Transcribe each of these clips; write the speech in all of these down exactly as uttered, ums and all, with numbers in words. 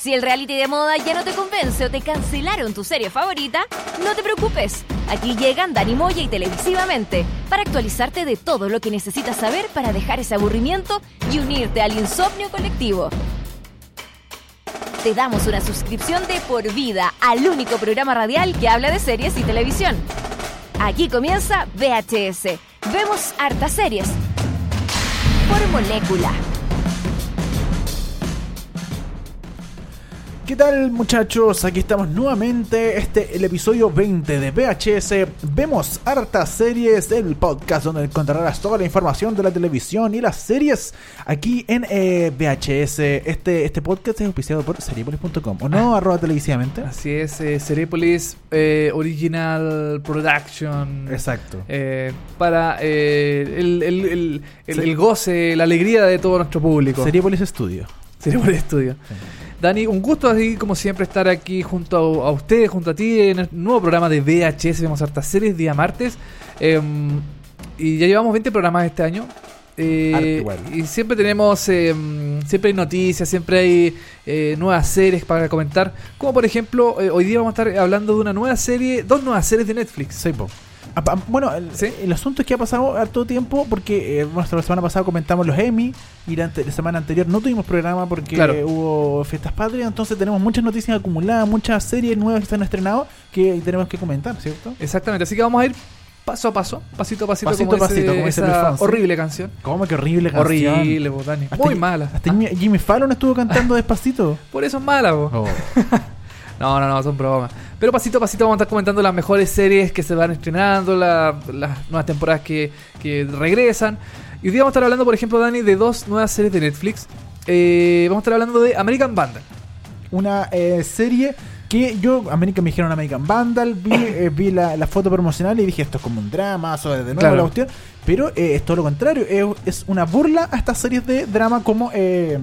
Si el reality de moda ya no te convence o te cancelaron tu serie favorita, no te preocupes. Aquí llegan Dani Moya y Televisivamente para actualizarte de todo lo que necesitas saber para dejar ese aburrimiento y unirte al insomnio colectivo. Te damos una suscripción de por vida al único programa radial que habla de series y televisión. Aquí comienza V H S. Vemos hartas series. Por molécula. ¿Qué tal, muchachos? Aquí estamos nuevamente, este el episodio veinte de V H S. Vemos hartas series, el podcast donde encontrarás toda la información de la televisión y las series aquí en eh, V H S. Este, este podcast es auspiciado por Seriepolis punto com, ¿o no? Ah, arroba televisivamente. Así es, eh, Seriepolis eh, Original Production. Exacto. Eh, para eh, el, el, el, el, el goce, la alegría de todo nuestro público. Seriepolis Studio. Seriepolis Studio. Sí. Dani, un gusto así como siempre estar aquí junto a, a ustedes, junto a ti en el nuevo programa de V H S. Vemos hartas series día martes. Eh, y ya llevamos veinte programas este año. Eh, y siempre tenemos, eh, siempre hay noticias, siempre hay eh, nuevas series para comentar. Como por ejemplo, eh, hoy día vamos a estar hablando de una nueva serie, dos nuevas series de Netflix. Sí, po. Bueno, el, ¿sí? el asunto es que ha pasado harto tiempo porque eh, nuestra semana pasada comentamos los Emmy y la, ante, la semana anterior no tuvimos programa porque claro. eh, hubo fiestas patrias, entonces tenemos muchas noticias acumuladas, muchas series nuevas que se han estrenado que tenemos que comentar, ¿cierto? Exactamente, así que vamos a ir paso a paso, pasito a pasito, pasito como a pasito, ese, como dice esa Luis horrible canción. ¿Cómo que horrible canción? Horrible, vos, Dani. Hasta Muy que, mala. Hasta ah. Jimmy Fallon estuvo cantando Despacito. Por eso es mala, vos. Oh. No, no, no, son bromas. Pero pasito a pasito vamos a estar comentando las mejores series que se van estrenando, la, las nuevas temporadas que, que regresan. Y hoy día vamos a estar hablando, por ejemplo, Dani, de dos nuevas series de Netflix. Eh, vamos a estar hablando de American Vandal. Una eh, serie que yo, American, me dijeron American Vandal, vi, eh, vi la, la foto promocional y dije, esto es como un drama, sobre de nuevo claro. la cuestión. Pero eh, es todo lo contrario, es, es una burla a estas series de drama como... Eh,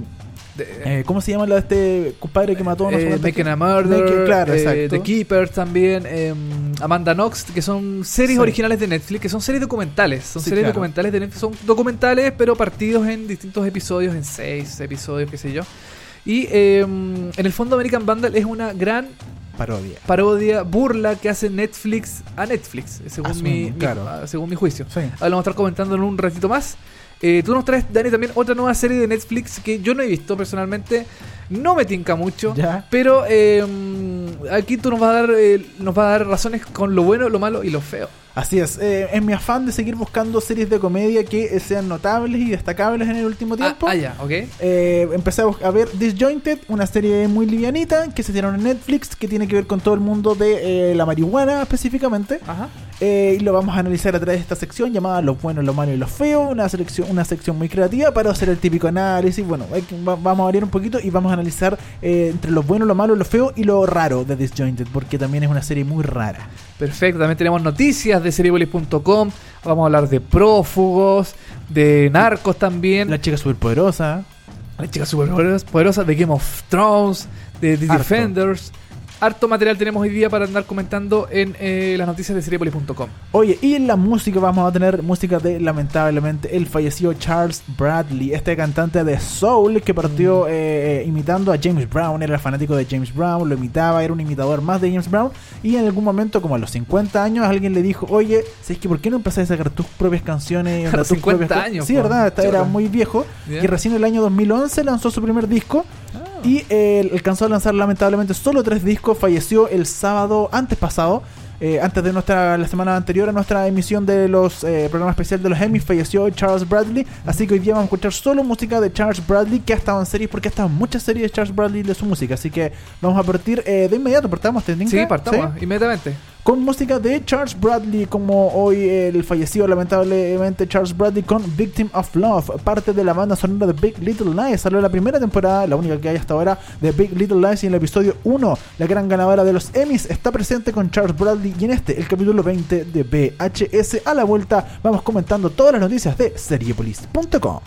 Eh, ¿Cómo se llama la de este compadre que mató a eh, Making a Murder, Make, claro, eh, The Keepers también, eh, Amanda Knox, que son series sí. originales de Netflix, que son series documentales, son sí, series claro. documentales de Netflix, son documentales pero partidos en distintos episodios, en seis episodios, qué sé yo. Y eh, en el fondo American Vandal es una gran parodia, parodia, burla que hace Netflix a Netflix, según, Asumo, mi, claro. mi, según mi juicio. Sí. Ahora lo vamos a estar comentando en un ratito más. Eh, tú nos traes, Dani, también otra nueva serie de Netflix que yo no he visto personalmente, no me tinca mucho, ¿Ya? pero eh, aquí tú nos vas a dar eh, nos vas a dar razones con lo bueno, lo malo y lo feo. Así es, eh, en mi afán de seguir buscando series de comedia que sean notables y destacables en el último tiempo. Ah, ah ya, ok. Eh, empecé a ver Disjointed, una serie muy livianita que se hicieron en Netflix, que tiene que ver con todo el mundo de eh, la marihuana específicamente. Ajá. Eh, y lo vamos a analizar a través de esta sección llamada Lo bueno, lo malo y lo feo. Una selección, una sección muy creativa para hacer el típico análisis. Bueno, hay que, va, vamos a variar un poquito y vamos a analizar eh, entre lo bueno, lo malo, lo feo y lo raro de Disjointed, porque también es una serie muy rara. Perfecto, también tenemos noticias de Seriepolis punto com. Vamos a hablar de prófugos, de narcos también. La chica superpoderosa. La chica superpoderosa de Game of Thrones, de The Defenders. Harto material tenemos hoy día para andar comentando en eh, las noticias de Seriepolis punto com. Oye, y en la música vamos a tener música de, lamentablemente, el fallecido Charles Bradley, este cantante de soul que partió mm. eh, imitando a James Brown. Era fanático de James Brown, lo imitaba, era un imitador más de James Brown. Y en algún momento, como a los cincuenta años, alguien le dijo, oye, ¿sabes qué? ¿Por qué no empezás a sacar tus propias canciones? A los cincuenta años. Sí, ¿verdad? Esta era muy viejo. Yeah. Y recién en el año dos mil once lanzó su primer disco. Ah. Y eh, alcanzó a lanzar lamentablemente solo tres discos. Falleció el sábado antes pasado, eh, antes de nuestra la semana anterior a nuestra emisión de los eh, programas especiales de los Emmy. Falleció Charles Bradley. Así que hoy día vamos a escuchar solo música de Charles Bradley, que ha estado en series, porque ha estado en muchas series de Charles Bradley de su música. Así que vamos a partir eh, de inmediato. ¿Partamos? ¿Te sí, partamos, ¿sí? Inmediatamente. Con música de Charles Bradley, como hoy el fallecido lamentablemente Charles Bradley, con Victim of Love, parte de la banda sonora de Big Little Lies. Salió la primera temporada, la única que hay hasta ahora, de Big Little Lies, y en el episodio uno, la gran ganadora de los Emmys está presente con Charles Bradley. Y en este, el capítulo veinte de V H S. A la vuelta vamos comentando todas las noticias de Seriepolis punto com.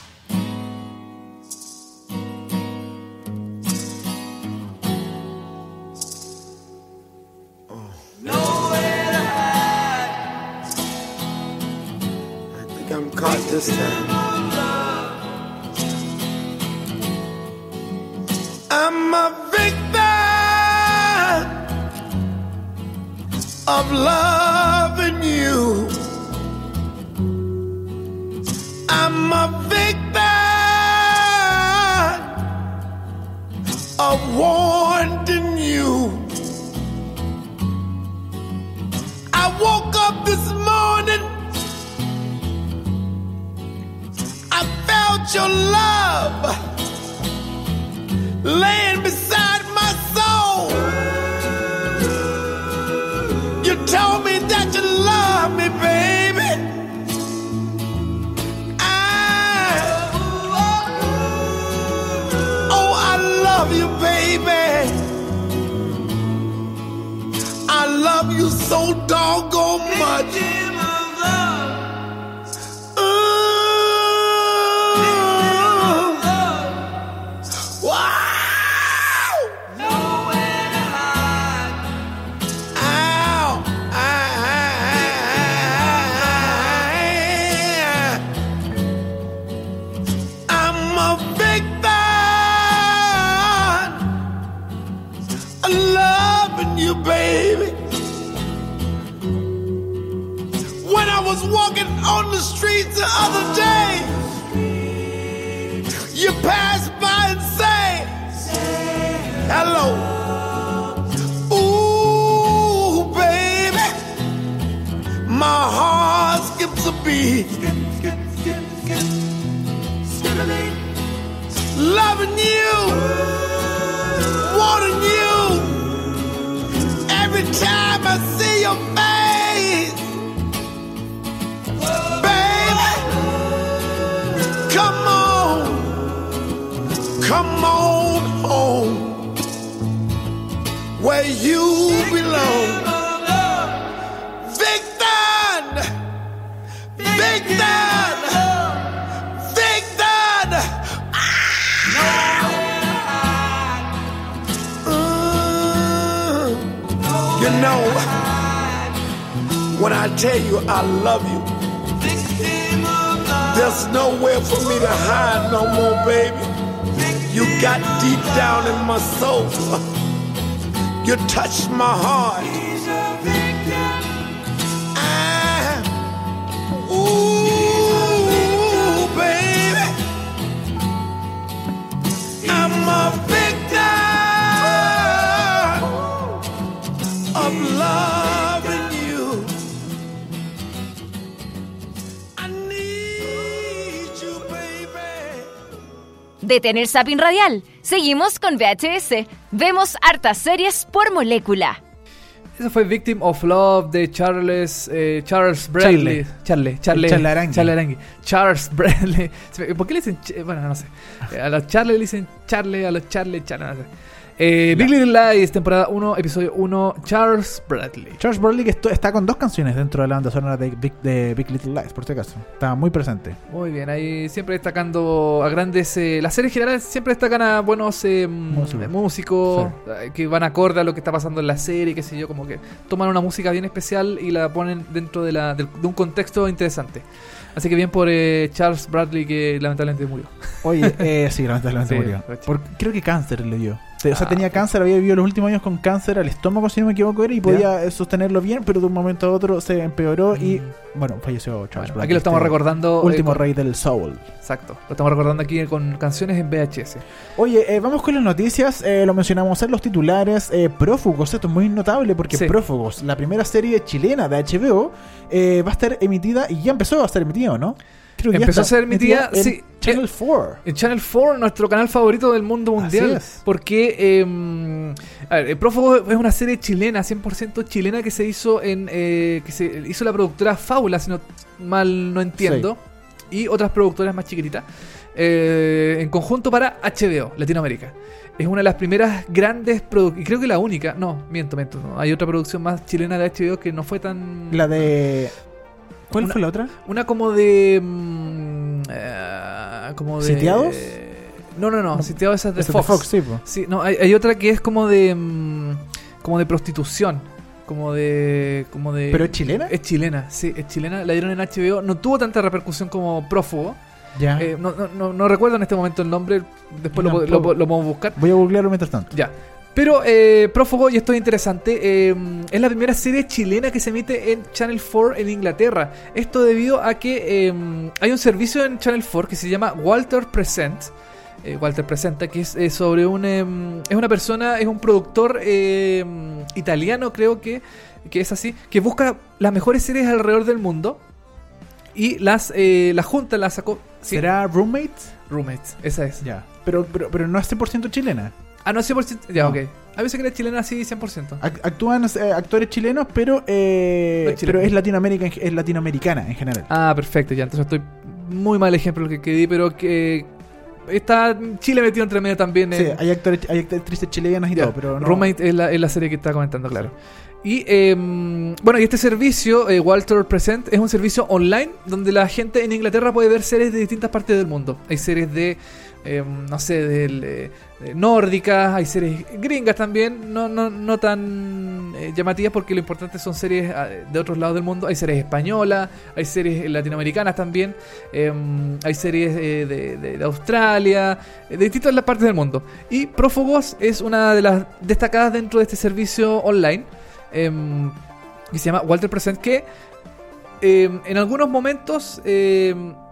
This time I'm a of loving you. I'm a victim of wanting you. I woke up this morning, I felt your love laying beside my soul. You told me that you love me, baby. I, oh, I love you, baby. I love you so doggone much. Walking on the streets the other day, you pass by and say, hello. Ooh, baby, my heart skips a beat. Loving you, wanting you, every time I see your face. Come on, come on home, where you belong. Victor, Victor, Victor. Uh, you know, when I tell you I love you, there's nowhere for me to hide no more, baby. You got deep down in my soul. You touched my heart. I, ooh, baby, I'm a victim of loving you. Detén el zapping radial. Seguimos con V H S. Vemos hartas series por molécula. Eso fue Victim of Love de Charles eh, Charles Bradley. Charlie, Charlie, Charlie Arangui. Charlie Arangui. Charles Bradley. ¿Por qué le dicen? Ch- bueno, no sé. A los Charlie le dicen Charlie, a los Charlie, Charlie, no sé. Eh, Big Little Lies, temporada uno, episodio uno, Charles Bradley. Charles Bradley que esto, está con dos canciones dentro de la banda sonora de Big, de Big Little Lies, por si acaso. Está muy presente. Muy bien, ahí siempre destacando a grandes... Eh, las series generales siempre destacan a buenos eh, Músico. músicos Sí. eh, que van acorde a lo que está pasando en la serie, qué sé yo, como que toman una música bien especial y la ponen dentro de, la, de, de un contexto interesante. Así que bien por eh, Charles Bradley, que lamentablemente murió. Oye, eh, sí, lamentablemente Sí, murió. coche. Por, creo que cáncer le dio. O sea, Ah, tenía ok. cáncer, había vivido los últimos años con cáncer al estómago, si no me equivoco, era, y podía eh, sostenerlo bien, pero de un momento a otro se empeoró y, bueno, falleció Charles Bueno, Bradley. aquí lo estamos este recordando. Último eh, con- rey del soul. Exacto. Lo estamos recordando aquí con canciones en V H S. Oye, eh, vamos con las noticias. Eh, lo mencionamos en los titulares. Eh, Prófugos, esto es muy notable porque Sí. Prófugos, la primera serie chilena de H B O, eh, va a estar emitida y ya empezó a ser emitida, ¿no? Creo que ya Empezó a está ser emitida, en sí. Channel cuatro. En Channel cuatro, nuestro canal favorito del mundo mundial. Así es. Porque, eh, a ver, El Prófugo es una serie chilena, cien por ciento chilena, que se hizo en eh, que se hizo la productora Fábula, si no mal no entiendo, y otras productoras más chiquititas, eh, en conjunto para H B O, Latinoamérica. Es una de las primeras grandes producciones, y creo que la única, no, miento, miento, no, hay otra producción más chilena de H B O que no fue tan... La de... ¿Cuál Una- fue la otra? Una como de... mm, eh, como de... ¿Sitiados? No, no, no, No, Sitiados esas de Esa Fox. sí, po. Sí, no, hay, hay otra que es como de... mm, como de prostitución. Como de... como de ¿Pero es chilena? Es chilena, sí, es chilena. La dieron en H B O. No tuvo tanta repercusión como Prófugo. Ya. Eh, no, no, no, no recuerdo en este momento el nombre. Después Yo lo, lo, tampoco. lo podemos buscar. Voy a googlearlo mientras tanto. Ya. Pero eh, Prófugo, y esto es interesante, eh, es la primera serie chilena que se emite en Channel cuatro en Inglaterra. Esto debido a que eh, hay un servicio en Channel cuatro que se llama Walter Present. Eh, Walter Presenta, que es eh, sobre un... Eh, es una persona, es un productor eh, italiano, creo que, que es así, que busca las mejores series alrededor del mundo y las, eh, las junta, las sacó... ¿Sí? ¿Será Roommates? Roommates, esa es. Ya. Pero, pero, pero no es cien por ciento chilena. Ah, no, cien por ciento. Ya, No. ok. A veces que era chilena, sí, cien por ciento. Ac- actúan eh, actores chilenos, pero eh, No es chileno. pero es, Latinoamérica, en- es latinoamericana en general. Ah, perfecto, ya. Entonces estoy muy mal ejemplo lo que, que di, pero que está Chile metido entre medio también. Sí, en- hay, actores, hay actrices chilenas y Ya, todo, pero no. Roommate es la, es la serie que está comentando, claro. Y eh, bueno, y este servicio, eh, Walter Present, es un servicio online donde la gente en Inglaterra puede ver series de distintas partes del mundo. Hay series de, eh, no sé, del, eh, de nórdicas, hay series gringas también, no, no, no tan eh, llamativas porque lo importante son series eh, de otros lados del mundo. Hay series españolas, hay series latinoamericanas también, eh, hay series eh, de, de, de Australia, eh, de distintas partes del mundo. Y Prófugos es una de las destacadas dentro de este servicio online. Eh, que se llama Walter Present, que eh, en algunos momentos eh,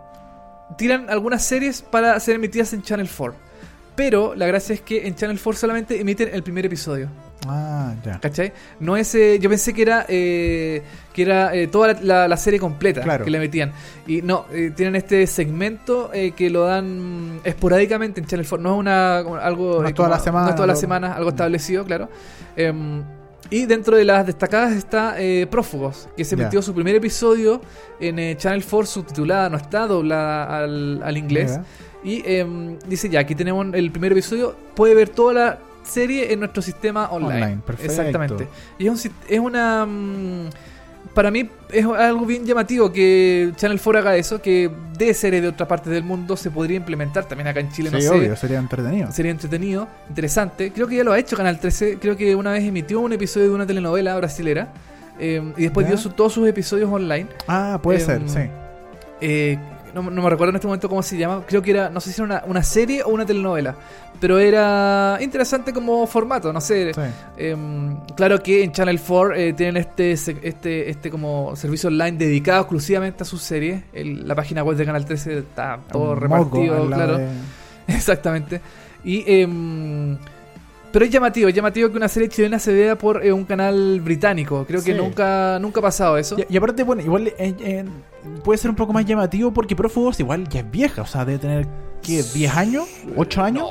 tiran algunas series para ser emitidas en Channel cuatro, pero la gracia es que en Channel cuatro solamente emiten el primer episodio. Ah, ya. ¿Cachai? No es, eh, yo pensé que era eh, que era eh, toda la, la, la serie completa, Claro. que la metían. Y no, eh, tienen este segmento eh, que lo dan esporádicamente en Channel cuatro. No es una algo No es eh, toda como- la semana, no es toda la lo- semana, algo establecido, claro. Em, y dentro de las destacadas está eh, Prófugos, que se Ya. metió su primer episodio en eh, Channel cuatro subtitulada, no está doblada al, al inglés. Ya. Y em, dice ya, aquí tenemos el primer episodio, puede ver toda la serie en nuestro sistema online. Online, perfecto. Exactamente. Y es, un, sis- es una... mm, para mí es algo bien llamativo que Channel cuatro haga eso, que de series de otras partes del mundo se podría implementar también acá en Chile, Sí, no sé. obvio, sería entretenido. Sería entretenido, interesante. Creo que ya lo ha hecho Canal trece. Creo que una vez emitió un episodio de una telenovela brasilera. eh, y después ¿Ya? dio su- todos sus episodios online. Ah, puede Em, ser, sí. Eh, no, no me recuerdo en este momento cómo se llama. Creo que era, no sé si era una, una serie o una telenovela. Pero era interesante como formato, no sé. Sí. Em, claro que en Channel cuatro eh, tienen este, se- este este como servicio online dedicado exclusivamente a sus series. El- la página web de Canal trece está todo Un repartido, moco al lado claro. de- Exactamente. Y em, pero es llamativo, es llamativo que una serie chilena se vea por eh, un canal británico. Creo que Sí. nunca nunca ha pasado eso. Y, y aparte, bueno, igual eh, eh, puede ser un poco más llamativo porque Prófugos igual ya es vieja, o sea, debe tener, ¿qué? ¿diez años? ¿ocho años?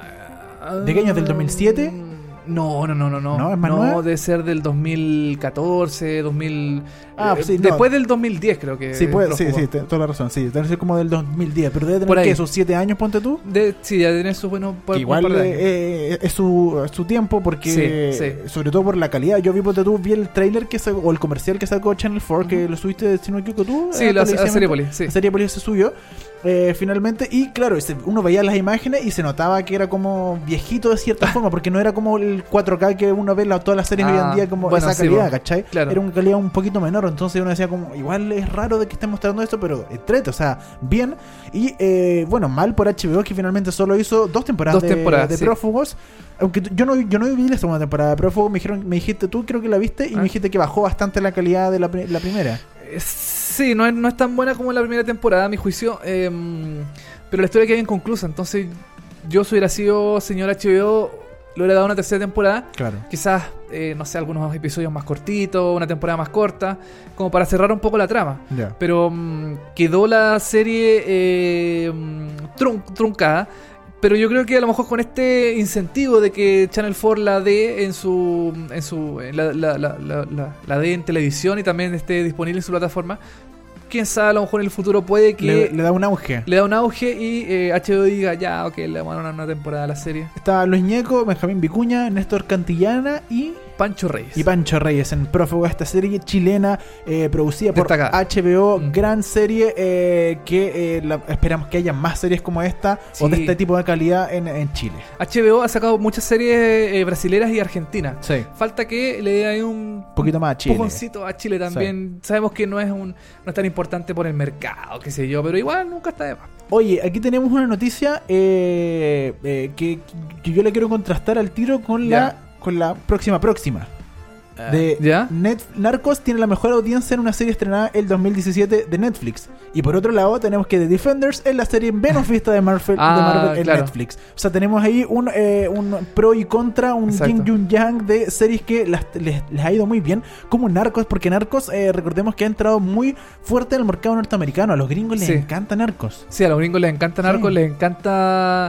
¿De qué año? ¿Del dos mil siete? No, no, no, no, no. ¿No? ¿Es más nueva? debe ser del dos mil catorce, dos mil... Ah, eh, sí, no. después del dos mil diez creo que... Sí, puede, sí, Prófugo. sí, te- toda la razón, sí, debe ser como del dos mil diez, pero debe tener, Por ahí. ¿qué? ¿Esos siete años, ponte tú? De, sí, ya tiene su bueno... Que igual eh, eh, es su, es su tiempo porque Sí, sí. sobre todo por la calidad. Yo vi, ponte tú, vi el trailer que sacó, o el comercial que sacó Channel cuatro, que lo subiste, si no me equivoco tú. Sí, a la, la Televisión. Seriepolis, sí. La Seriepolis se subió eh, finalmente y claro, ese- uno veía las imágenes y se notaba que era como viejito de cierta forma, porque no era como el cuatro K que uno ve en la- todas las series Ah, hoy en día, como bueno, esa sí, calidad, po. ¿cachai? Claro. Era una calidad un poquito menor, entonces uno decía como, igual es raro de que estén mostrando esto, pero entrete, o sea, bien. Y eh, bueno, mal por H B O que finalmente solo hizo dos temporadas Dos de, temporadas, de sí. Prófugos. Aunque t- yo no, yo no vi la segunda temporada de Prófugos, me dijeron, me dijiste tú, creo que la viste, y Ah. me dijiste que bajó bastante la calidad de la, pri- la primera. Eh, Sí, no es, no es tan buena como la primera temporada, a mi juicio. eh, pero la historia queda inconclusa. Entonces, yo si hubiera sido señor H B O, le hubiera dado una tercera temporada. Claro. Quizás, eh, no sé, algunos episodios más cortitos, una temporada más corta, como para cerrar un poco la trama. Ya. Pero mm, quedó la serie eh, mm, trun- truncada. Pero yo creo que a lo mejor con este incentivo de que Channel cuatro la dé en su. En su en la, la, la, la, la- la dé en televisión y también esté disponible en su plataforma. Quién sabe, a lo mejor en el futuro puede que Le, le, le da un auge. da un auge y eh, H B O diga, ya, ok, le vamos a dar una temporada a la serie. Está Luis Ñeco, Benjamín Vicuña, Néstor Cantillana y, Pancho Reyes. y Pancho Reyes en Prófugo, esta serie chilena eh, producida por Destacada. H B O, Mm. gran serie eh, que eh, la- esperamos que haya más series como esta o de Sí. este tipo de calidad en, en Chile. H B O ha sacado muchas series eh, brasileras y argentinas. Sí. Falta que le dé ahí un Un poquito más a Chile. empujoncito a Chile también. Sabemos que no es un no es tan importante por el mercado, qué sé yo, pero igual nunca está de más. Oye, aquí tenemos una noticia eh, eh, que, que yo la quiero contrastar al tiro con Ya. la con la próxima próxima. De ¿Ya? Net- Narcos tiene la mejor audiencia en una serie estrenada el dos mil diecisiete de Netflix. Y por otro lado tenemos que The Defenders es la serie menos vista de Marvel, Ah, de Marvel en claro. Netflix. O sea, tenemos ahí un, eh, un pro y contra, un Exacto. yin y un yang de series que las- les, les ha ido muy bien, como Narcos, porque Narcos, eh, recordemos que ha entrado muy fuerte en el mercado norteamericano. A los gringos les Sí. encanta Narcos. Sí, a los gringos les encanta Narcos, Sí. les encanta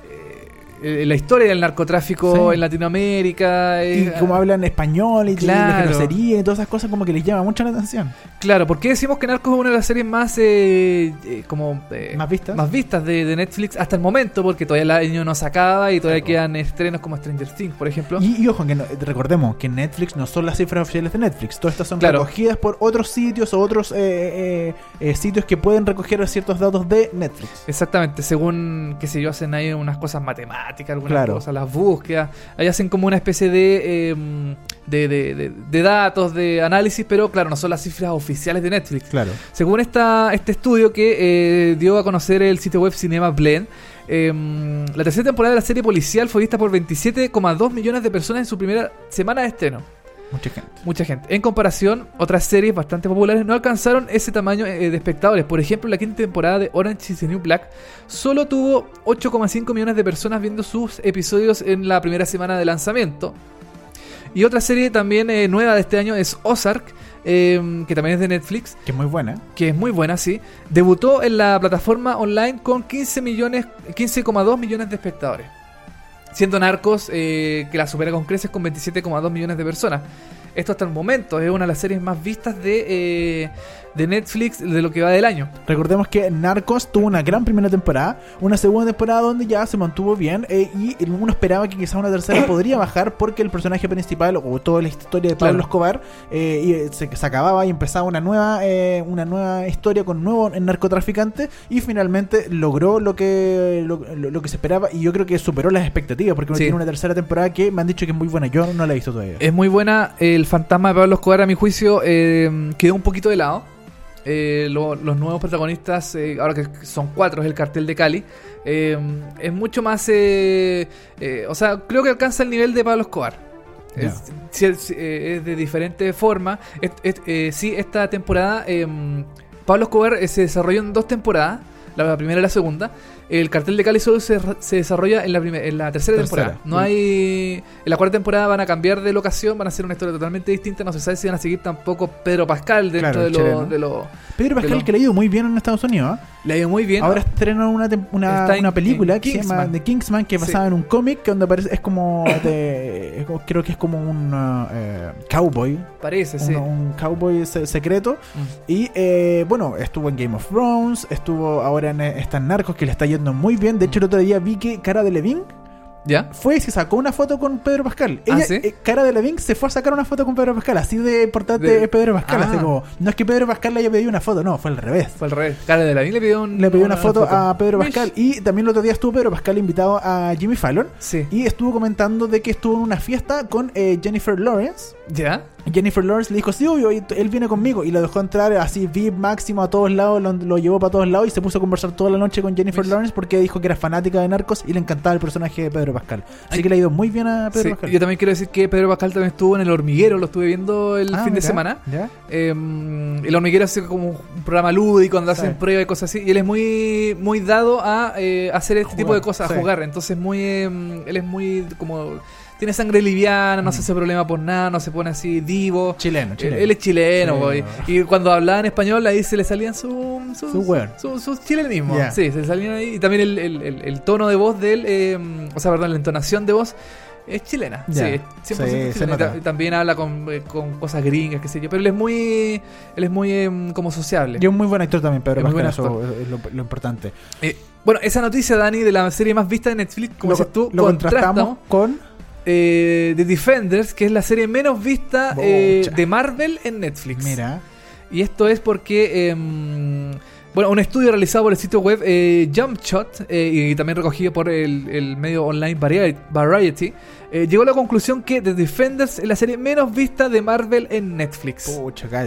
eh, la historia del narcotráfico Sí. en Latinoamérica. Y eh, como hablan español y, Claro. y la grosería y todas esas cosas, como que les llama mucho la atención. Claro, ¿por qué decimos que Narcos es una de las series más eh, eh, como eh, ¿Más vistas? más vistas de, de Netflix hasta el momento? Porque todavía el año no se acaba y todavía Sí, quedan estrenos como Stranger Things, por ejemplo. Y, y ojo, que no- recordemos que Netflix no son las cifras oficiales de Netflix. Todas estas son Claro. recogidas por otros sitios o otros eh, eh, eh, sitios que pueden recoger ciertos datos de Netflix. Exactamente, según, qué sé yo, hacen ahí unas cosas matemáticas, algunas Claro. cosas, las búsquedas. Ahí hacen como una especie de, eh, de, de, de- de datos, de análisis, pero claro, no son las cifras oficiales de Netflix. Claro. Según esta, este estudio que eh, dio a conocer el sitio web Cinema Blend, eh, la tercera temporada de la serie policial fue vista por veintisiete coma dos millones de personas en su primera semana de estreno. Mucha gente. Mucha gente. En comparación, otras series bastante populares no alcanzaron ese tamaño eh, de espectadores. Por ejemplo, la quinta temporada de Orange is the New Black solo tuvo ocho coma cinco millones de personas viendo sus episodios en la primera semana de lanzamiento. Y otra serie también eh, nueva de este año es Ozark, eh, que también es de Netflix, Que es muy buena. que es muy buena, sí. Debutó en la plataforma online con quince millones, quince coma dos millones de espectadores. Siendo Narcos eh, que la supera con creces con veintisiete coma dos millones de personas. Esto hasta el momento es una de las series más vistas de, eh, de Netflix de lo que va del año. Recordemos que Narcos tuvo una gran primera temporada, una segunda temporada donde ya se mantuvo bien eh, y uno esperaba que quizás una tercera podría bajar porque el personaje principal o toda la historia de Pablo Claro. Escobar eh, y, eh, se, se acababa y empezaba una nueva eh, una nueva historia con un nuevo narcotraficante y finalmente logró lo que lo, lo- lo que se esperaba y yo creo que superó las expectativas porque uno Sí. tiene una tercera temporada que me han dicho que es muy buena. Yo no la he visto todavía. Es muy buena. El fantasma de Pablo Escobar, a mi juicio, eh, quedó un poquito de lado. Eh, lo- los nuevos protagonistas, eh, ahora que son cuatro, es el cartel de Cali. eh, es mucho más. Eh, eh, o sea, creo que alcanza el nivel de Pablo Escobar. Ya. Es, sí, es, eh, es de diferente forma. Es- es- eh, sí, esta temporada, eh, Pablo Escobar eh, se desarrolló en dos temporadas, la, la primera y la segunda. El cartel de Cali solo se, se desarrolla en la, primer- en la tercera, Tercera. temporada. No hay. En la cuarta temporada van a cambiar de locación, van a hacer una historia totalmente distinta. No se sabe si van a seguir tampoco Pedro Pascal dentro Claro, de el lo, chileno. de lo. Pedro Pascal, lo- que le ha ido muy bien en Estados Unidos. ¿eh? Le ha ido muy bien. Ahora estrenan una, tem- una, Está en- una película en que se llama Kingsman. The Kingsman, que es Sí. basada en un cómic que donde aparece, es como de, es como- creo que es como un uh, eh, cowboy, Parece, un, sí. un cowboy se- secreto. Mm. Y eh, bueno, estuvo en Game of Thrones, estuvo ahora en eh, está en Narcos, que le está yendo muy bien. De hecho, el otro día vi que Cara de Levine ¿Ya? fue y se sacó una foto con Pedro Pascal. ¿Ah, Ella, sí? eh, Cara de Levine se fue a sacar una foto con Pedro Pascal. Así de importante De- es Pedro Pascal. Ah. Así como, no es que Pedro Pascal le haya pedido una foto, no, fue al revés. Fue al revés. Cara de la le pidió un- Le pidió una, foto, a Pedro Pascal. Y también el otro día estuvo Pedro Pascal invitado a Jimmy Fallon. Sí. Y estuvo comentando de que estuvo en una fiesta con eh, Jennifer Lawrence. ¿Ya? Jennifer Lawrence le dijo, sí, obvio, y t- él viene conmigo. Y lo dejó entrar así, V I P máximo a todos lados, lo, lo llevó para todos lados y se puso a conversar toda la noche con Jennifer Mish. Lawrence porque dijo que era fanática de Narcos y le encantaba el personaje de Pedro Pascal. Así Ay. que le ha ido muy bien a Pedro Sí, Pascal. yo también quiero decir que Pedro Pascal también estuvo en El Hormiguero, lo estuve viendo el Ah, fin de mira, semana. ¿ya? Eh, el Hormiguero hace como un programa lúdico donde Sí. hacen pruebas y cosas así. Y él es muy muy dado a eh, hacer este Jugar, tipo de cosas, sí. a jugar. Entonces muy eh, él es muy como... Tiene sangre liviana, no Mm. se hace problema por nada, no se pone así divo. Chileno, Él, chileno. él es chileno, Sí, boy. no. Y cuando hablaba en español, ahí se le salían su... Su, Su weón. su, su chilenismo. Ya. Sí, se le salían ahí. Y también el, el, el, el tono de voz de él, eh, o sea, perdón, la entonación de voz es chilena. Ya. Sí, cien por ciento Sí, se chilena. Y nota. ta- y también habla con, eh, con cosas gringas, qué sé yo. Pero él es muy... Él es muy eh, como sociable. Y es un muy buen actor también, Pedro Es muy Pascal, buen eso es lo, lo importante. Eh, bueno, esa noticia, Dani, de la serie más vista de Netflix, como lo, dices tú, lo contrastamos con... eh, The Defenders, que es la serie menos vista eh, Bocha. de Marvel en Netflix. Mira, Y esto es porque, eh, bueno, un estudio realizado por el sitio web eh, Jumpshot eh, y también recogido por el, el medio online Variety, Variety eh, llegó a la conclusión que The Defenders es la serie menos vista de Marvel en Netflix. pucha, Cadi.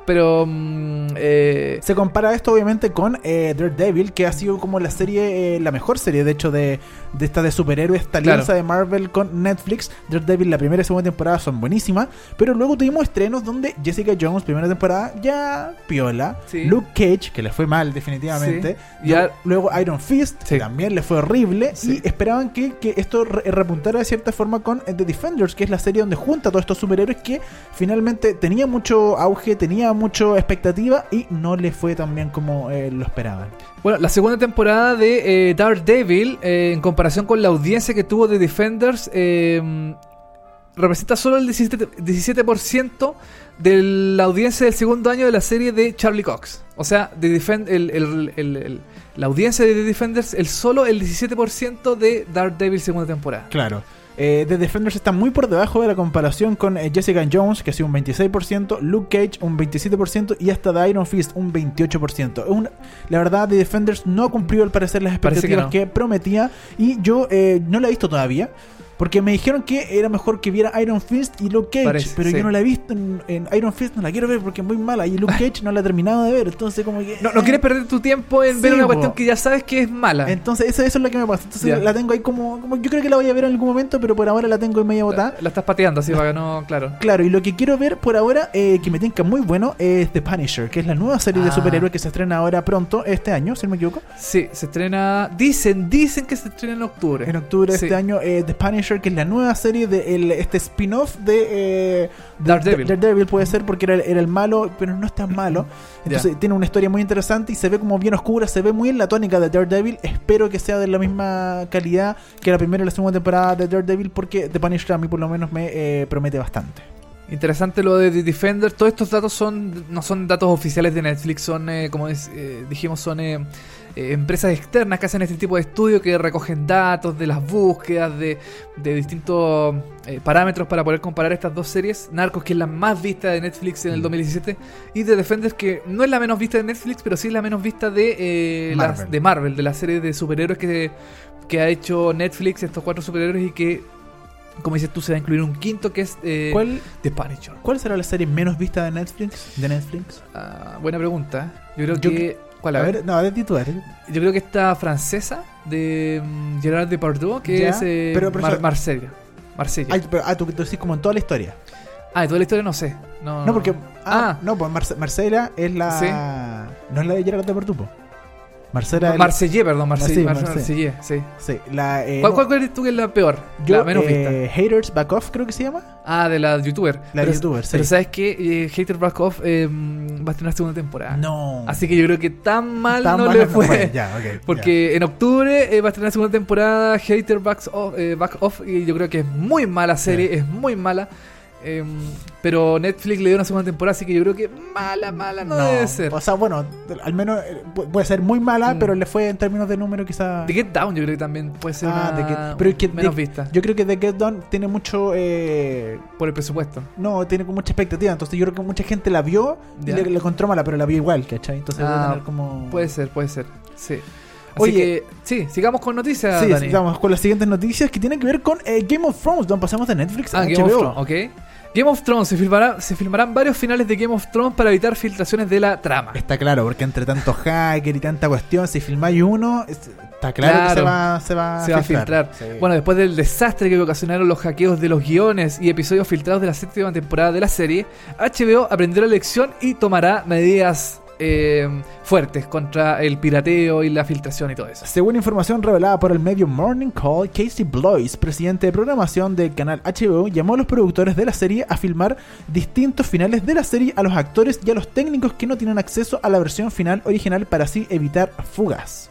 pero mm, eh, se compara esto obviamente con eh, Daredevil, que ha sido como la serie, eh, la mejor serie de hecho de, de esta de superhéroes, esta alianza claro. de Marvel con Netflix. Daredevil la primera y segunda temporada son buenísimas, pero luego tuvimos estrenos donde Jessica Jones, primera temporada, ya piola, sí. Luke Cage, que le fue mal definitivamente, sí. ya... luego Iron Fist, sí. que también le fue horrible, sí. y esperaban que, que esto re- repuntara de cierta forma con The Defenders, que es la serie donde junta a todos estos superhéroes que finalmente tenía mucho auge, tenía mucha expectativa y no le fue tan bien como eh, lo esperaban. Bueno, la segunda temporada de eh, Daredevil, eh, en comparación con la audiencia que tuvo The Defenders, eh, representa solo el diecisiete por ciento de la audiencia del segundo año de la serie de Charlie Cox. O sea, The Defend, el, el, el, el, la audiencia de The Defenders, el solo el diecisiete por ciento de Daredevil segunda temporada. Claro. Eh, The Defenders está muy por debajo de la comparación con eh, Jessica Jones, que ha sido un veintiséis por ciento, Luke Cage un veintisiete por ciento y hasta The Iron Fist un veintiocho por ciento. Un, la verdad, The Defenders no cumplió al parecer las expectativas que, no. que prometía, y yo eh, no la he visto todavía. Porque me dijeron que era mejor que viera Iron Fist y Luke Cage, Parece, pero sí. yo no la he visto en, en Iron Fist, no la quiero ver porque es muy mala, y Luke Cage no la he terminado de ver, entonces como que... No, no quieres perder tu tiempo en sí, ver una cuestión bo. que ya sabes que es mala. Entonces eso, eso es lo que me pasa, entonces yeah. la tengo ahí como, como... Yo creo que la voy a ver en algún momento, pero por ahora la tengo en media botada. La, la estás pateando así para que no... Claro. Claro, y lo que quiero ver por ahora, eh, que me tinca muy bueno, es The Punisher, que es la nueva serie ah. de superhéroes que se estrena ahora pronto, este año, si no me equivoco. Sí, se estrena... Dicen, dicen que se estrena en octubre. En octubre de sí. este año, eh, The Punisher, que es la nueva serie de el, este spin-off de eh, Daredevil. Daredevil puede ser porque era, era el malo, pero no es tan malo. Entonces yeah. tiene una historia muy interesante y se ve como bien oscura, se ve muy en la tónica de Daredevil. Espero que sea de la misma calidad que la primera y la segunda temporada de Daredevil, porque The Punisher a mí por lo menos me eh, promete bastante. Interesante lo de The Defender. Todos estos datos son no son datos oficiales de Netflix, son eh, como es, eh, dijimos son eh, eh, empresas externas que hacen este tipo de estudios, que recogen datos de las búsquedas de, de distintos eh, parámetros para poder comparar estas dos series. Narcos, que es la más vista de Netflix en el dos mil diecisiete, y The Defenders, que no es la menos vista de Netflix, pero sí es la menos vista de eh, Marvel. Las, de Marvel, de la serie de superhéroes que, que ha hecho Netflix, estos cuatro superhéroes, y que, como dices tú, se va a incluir un quinto que es eh, ¿Cuál, The Punisher. ¿Cuál será la serie menos vista de Netflix? De Netflix? Uh, buena pregunta. Yo creo Yo que... que ¿Cuál? A, a ver, ver, no, de titular. Yo creo que esta francesa de um, Gerard Depardieu, que ¿Ya? es eh, pero, pero, Mar- Marsella. Marsella. Ay, pero, ah, tú, tú decís como en toda la historia. Ah, de toda la historia no sé. No, no porque... Ah, ah. no, pues Marce- Marcela es la... ¿Sí? No es la de Gerard Depardieu. Marcela... Marsellé, perdón, Marsellé. Mar- Marsellé, sí. Sí, la... Eh, ¿Cuál, no, ¿Cuál crees tú que es la peor? yo, La menos eh, vista. Haters Back Off, creo que se llama. Ah, de la youtuber. La pero, youtuber, sí. Pero ¿sabes qué? Eh, Hater Back Off eh, va a estrenar segunda temporada. No. Así que yo creo que tan mal Tan no mal le no fue. fue. Ya, okay, Porque ya. en octubre eh, va a estrenar segunda temporada Hater Back Off, eh, Back Off, y yo creo que es muy mala serie, sí. es muy mala. Eh, pero Netflix le dio una segunda temporada, así que yo creo que mala, mala no, no debe ser. O sea, bueno, al menos eh, puede ser muy mala, mm. pero le fue en términos de número quizá... The Get Down yo creo que también puede ser ah, una The Get... pero que menos The... vista. Yo creo que The Get Down tiene mucho... Eh... Por el presupuesto. No, tiene mucha expectativa, entonces yo creo que mucha gente la vio y le, le encontró mala, pero la vio igual, ¿cachai? Entonces ah, debe tener como... Puede ser, puede ser, sí. Así Oye, que, sí, sigamos con noticias, sí, Dani. sigamos con las siguientes noticias que tienen que ver con eh, Game of Thrones, donde pasamos de Netflix ah, a Game H B O. Of Thrones, ok. Game of Thrones, se, filmará, se filmarán varios finales de Game of Thrones para evitar filtraciones de la trama. Está claro, porque entre tanto hacker y tanta cuestión, si filmáis uno, está claro, claro que se va, se va se a va filtrar. a filtrar. Sí. Bueno, después del desastre que ocasionaron los hackeos de los guiones y episodios filtrados de la séptima temporada de la serie, H B O aprendió la lección y tomará medidas Eh, fuertes contra el pirateo y la filtración y todo eso. Según información revelada por el medio Morning Call, Casey Bloys, presidente de programación del canal H B O, llamó a los productores de la serie a filmar distintos finales de la serie a los actores y a los técnicos que no tienen acceso a la versión final original para así evitar fugas.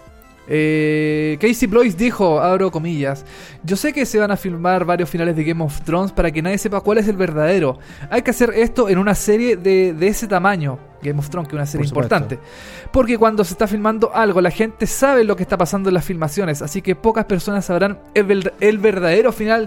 Eh, Casey Bloys dijo, abro comillas, yo sé que se van a filmar varios finales de Game of Thrones para que nadie sepa cuál es el verdadero. Hay que hacer esto en una serie de, de ese tamaño, Game of Thrones, que es una serie importante, porque cuando se está filmando algo la gente sabe lo que está pasando en las filmaciones, así que pocas personas sabrán el, el verdadero final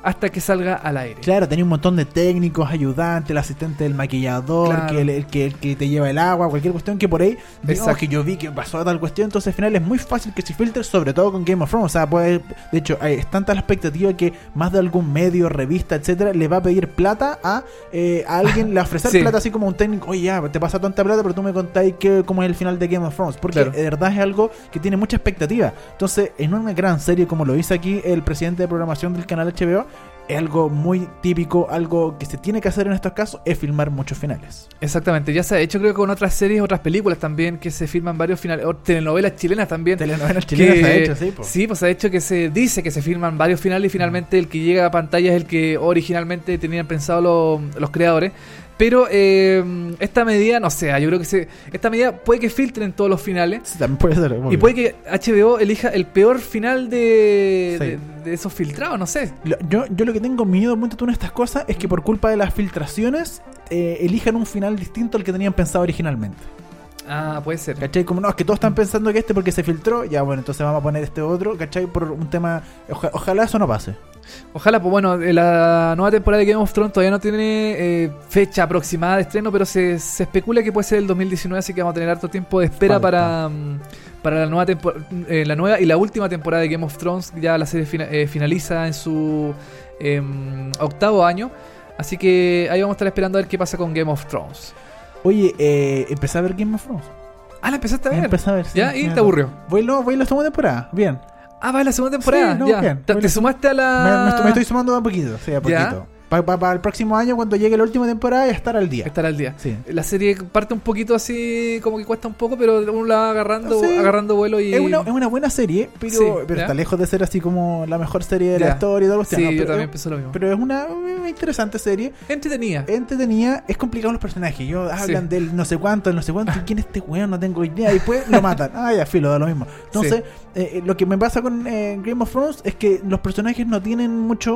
hasta que salga al aire. Claro, tenía un montón de técnicos, ayudantes, el asistente del maquillador, claro. que el, el, que, el que te lleva el agua, cualquier cuestión que por ahí, digamos, que yo vi que pasó tal cuestión, entonces al final es muy fácil que se filtre, sobre todo con Game of Thrones. O sea, puede, de hecho, hay, es tanta la expectativa que más de algún medio, revista, etcétera, le va a pedir plata a, eh, a alguien, le va a ofrecer sí. plata así como un técnico, oye, ya, te pasa tanta plata, pero tú me contáis que, cómo es el final de Game of Thrones, porque claro. de verdad es algo que tiene mucha expectativa. Entonces, en una gran serie como lo hizo aquí el presidente de programación del canal H B O, es algo muy típico, algo que se tiene que hacer en estos casos, es filmar muchos finales. Exactamente, ya se ha hecho creo que con otras series, otras películas también, que se filman varios finales, o telenovelas chilenas también. Telenovelas chilenas que, se ha hecho, sí. Po. Sí, pues se ha hecho que se dice que se filman varios finales y finalmente el que llega a pantalla es el que originalmente tenían pensado lo, los creadores. Pero eh, esta medida, no sé, yo creo que se, esta medida puede que filtren todos los finales. Sí, también puede ser. Y puede que H B O elija el peor final de, sí. de, de esos filtrados, no sé. Yo, yo lo que tengo miedo mucho en estas cosas es que por culpa de las filtraciones eh, elijan un final distinto al que tenían pensado originalmente. Ah, puede ser. ¿Cachai? Como no, es que todos están pensando que este porque se filtró, ya bueno, entonces vamos a poner este otro, ¿cachai? Por un tema, oja, ojalá eso no pase. Ojalá, pues bueno, la nueva temporada de Game of Thrones todavía no tiene eh, fecha aproximada de estreno, pero se, se especula que puede ser el dos mil diecinueve, así que vamos a tener harto tiempo de espera para, para la nueva tempor- eh, la nueva y la última temporada de Game of Thrones. Ya la serie fina- eh, finaliza en su eh, octavo año, así que ahí vamos a estar esperando a ver qué pasa con Game of Thrones. Oye, eh, empecé a ver Game of Thrones. Ah, ¿la empezaste a ver? Empecé a ver, sí. ¿Ya? ¿Y te aburrió? Voy, no, voy en la segunda temporada, bien. Ah, va en la segunda temporada. Sí, no, ya. bien. ¿Te, te sumaste a la...? Me, me, estoy, me estoy sumando a poquito, sí, a poquito. ¿Ya? Para pa, pa el próximo año, cuando llegue la última temporada, ya estar al día. Estar al día. Sí. La serie parte un poquito así, como que cuesta un poco, pero uno la va agarrando, sí. agarrando vuelo y... Es una, es una buena serie, pero, sí, pero está lejos de ser así como la mejor serie de ya. la historia y todo. Sí, no, yo pero, también pienso lo mismo. Pero es una, una interesante serie. Entretenida. Entretenida. Es complicado los personajes. Yo hablan sí. del no sé cuánto, del no sé cuánto. ¿Y quién es este weón? No tengo idea. Y después lo matan. Ah, ya, filo, da lo mismo. Entonces, sí. eh, lo que me pasa con eh, Game of Thrones es que los personajes no tienen mucho...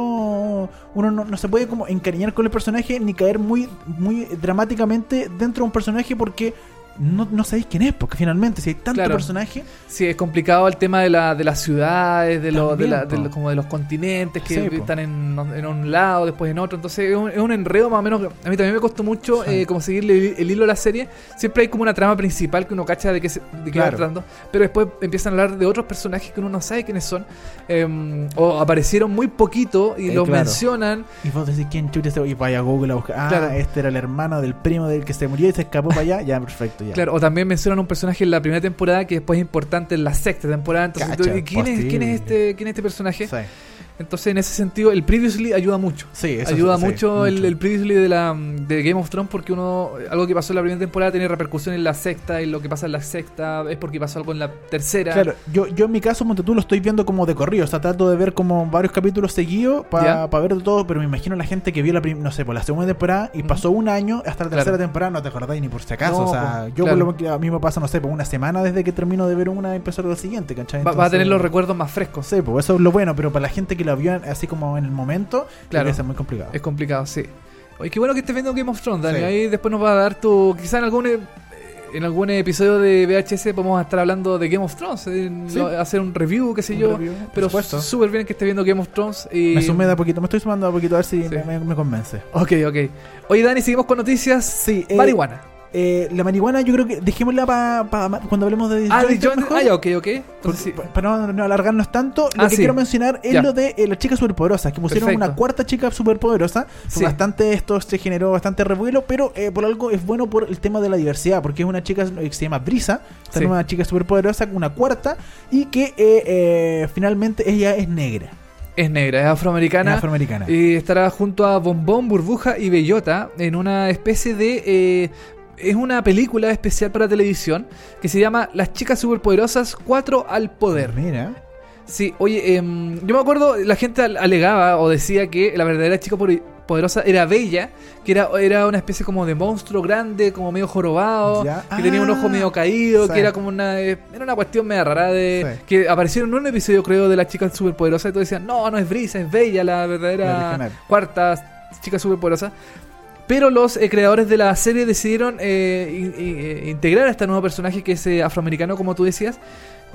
Uno no, no se puede como encariñar con el personaje ni caer muy muy dramáticamente dentro de un personaje porque no, no sabéis quién es, porque finalmente si hay tanto claro. personaje. Sí, es complicado el tema de, la, de las ciudades, de, lo, de, la, de lo, como de los continentes que sí, están en, en un lado, después en otro. Entonces es un, es un enredo más o menos. A mí también me costó mucho sí. eh, como seguirle el, el hilo a la serie. Siempre hay como una trama principal que uno cacha de que, se, de que claro. va tratando, pero después empiezan a hablar de otros personajes que uno no sabe quiénes son, eh, o aparecieron muy poquito y eh, los claro. mencionan. Y vos decís quién chucha este, y vaya a Google a buscar. Ah, claro. este era el hermano del primo del que se murió y se escapó para allá. Ya, perfecto. Ya. Claro, o también mencionan un personaje en la primera temporada que después es importante en la sexta temporada. Entonces, Cacha, tú, ¿quién, es, ¿quién es este quién es este personaje? Sí. Entonces, en ese sentido, el Previously ayuda mucho. Sí, eso ayuda sí, mucho, sí, el, mucho el Previously de la de Game of Thrones, porque uno algo que pasó en la primera temporada tiene repercusión en la sexta, y lo que pasa en la sexta es porque pasó algo en la tercera. Claro, yo, yo en mi caso, Montetú, lo estoy viendo como de corrido. O sea, trato de ver como varios capítulos seguidos para pa ver todo, pero me imagino la gente que vio la prim- no sé, por la segunda temporada y pasó un año hasta la tercera claro. temporada, no te acordáis ni por si acaso. No, o sea, pues, yo claro. por lo que a mí me pasa, no sé, por una semana desde que termino de ver una y empezó la siguiente, ¿cachai? Entonces, va, va a tener los recuerdos más frescos. Sí, pues eso es lo bueno, pero para la gente que la vio así como en el momento, claro, es muy complicado. Es complicado, sí. Oye, qué bueno que estés viendo Game of Thrones, Dani. Sí. Ahí después nos va a dar tu... Quizá en algún en algún episodio de V H S podemos estar hablando de Game of Thrones, en, sí. hacer un review, qué sé un yo. Review, pero súper bien que estés viendo Game of Thrones. Y... Me sumé de a poquito, me estoy sumando de a poquito a ver si sí. me, me convence. Ok, ok. Oye, Dani, seguimos con noticias. Sí, eh, marihuana. Eh, la marihuana yo creo que dejémosla para pa, cuando hablemos de ah, de John, ah, ya, ok, ok. Entonces, sí. Para no, no alargarnos tanto, lo ah, que sí. quiero mencionar es ya. lo de eh, las chicas superpoderosas, que pusieron Perfecto. una cuarta chica superpoderosa. Fue sí. bastante, esto se generó bastante revuelo, pero eh, por algo es bueno por el tema de la diversidad, porque es una chica que se llama Brisa, esta sí. nueva chica superpoderosa, una cuarta, y que eh, eh, finalmente ella es negra. Es negra, es afroamericana. Es afroamericana. Y estará junto a Bombón, Burbuja y Bellota en una especie de... Eh, es una película especial para televisión que se llama Las chicas superpoderosas cuatro al poder. Mira. Sí, oye, eh, yo me acuerdo, la gente alegaba o decía que la verdadera chica poderosa era Bella, que era, era una especie como de monstruo grande, como medio jorobado, ya. que ah, tenía un ojo medio caído, sí. que era como una... Era una cuestión media rara de... Sí. Que aparecieron en un episodio, creo, de Las chicas superpoderosas y todos decían, no, no es Brisa, es Bella, la verdadera la cuarta chica superpoderosa. Pero los eh, creadores de la serie decidieron eh, in, in, integrar a este nuevo personaje que es eh, afroamericano, como tú decías.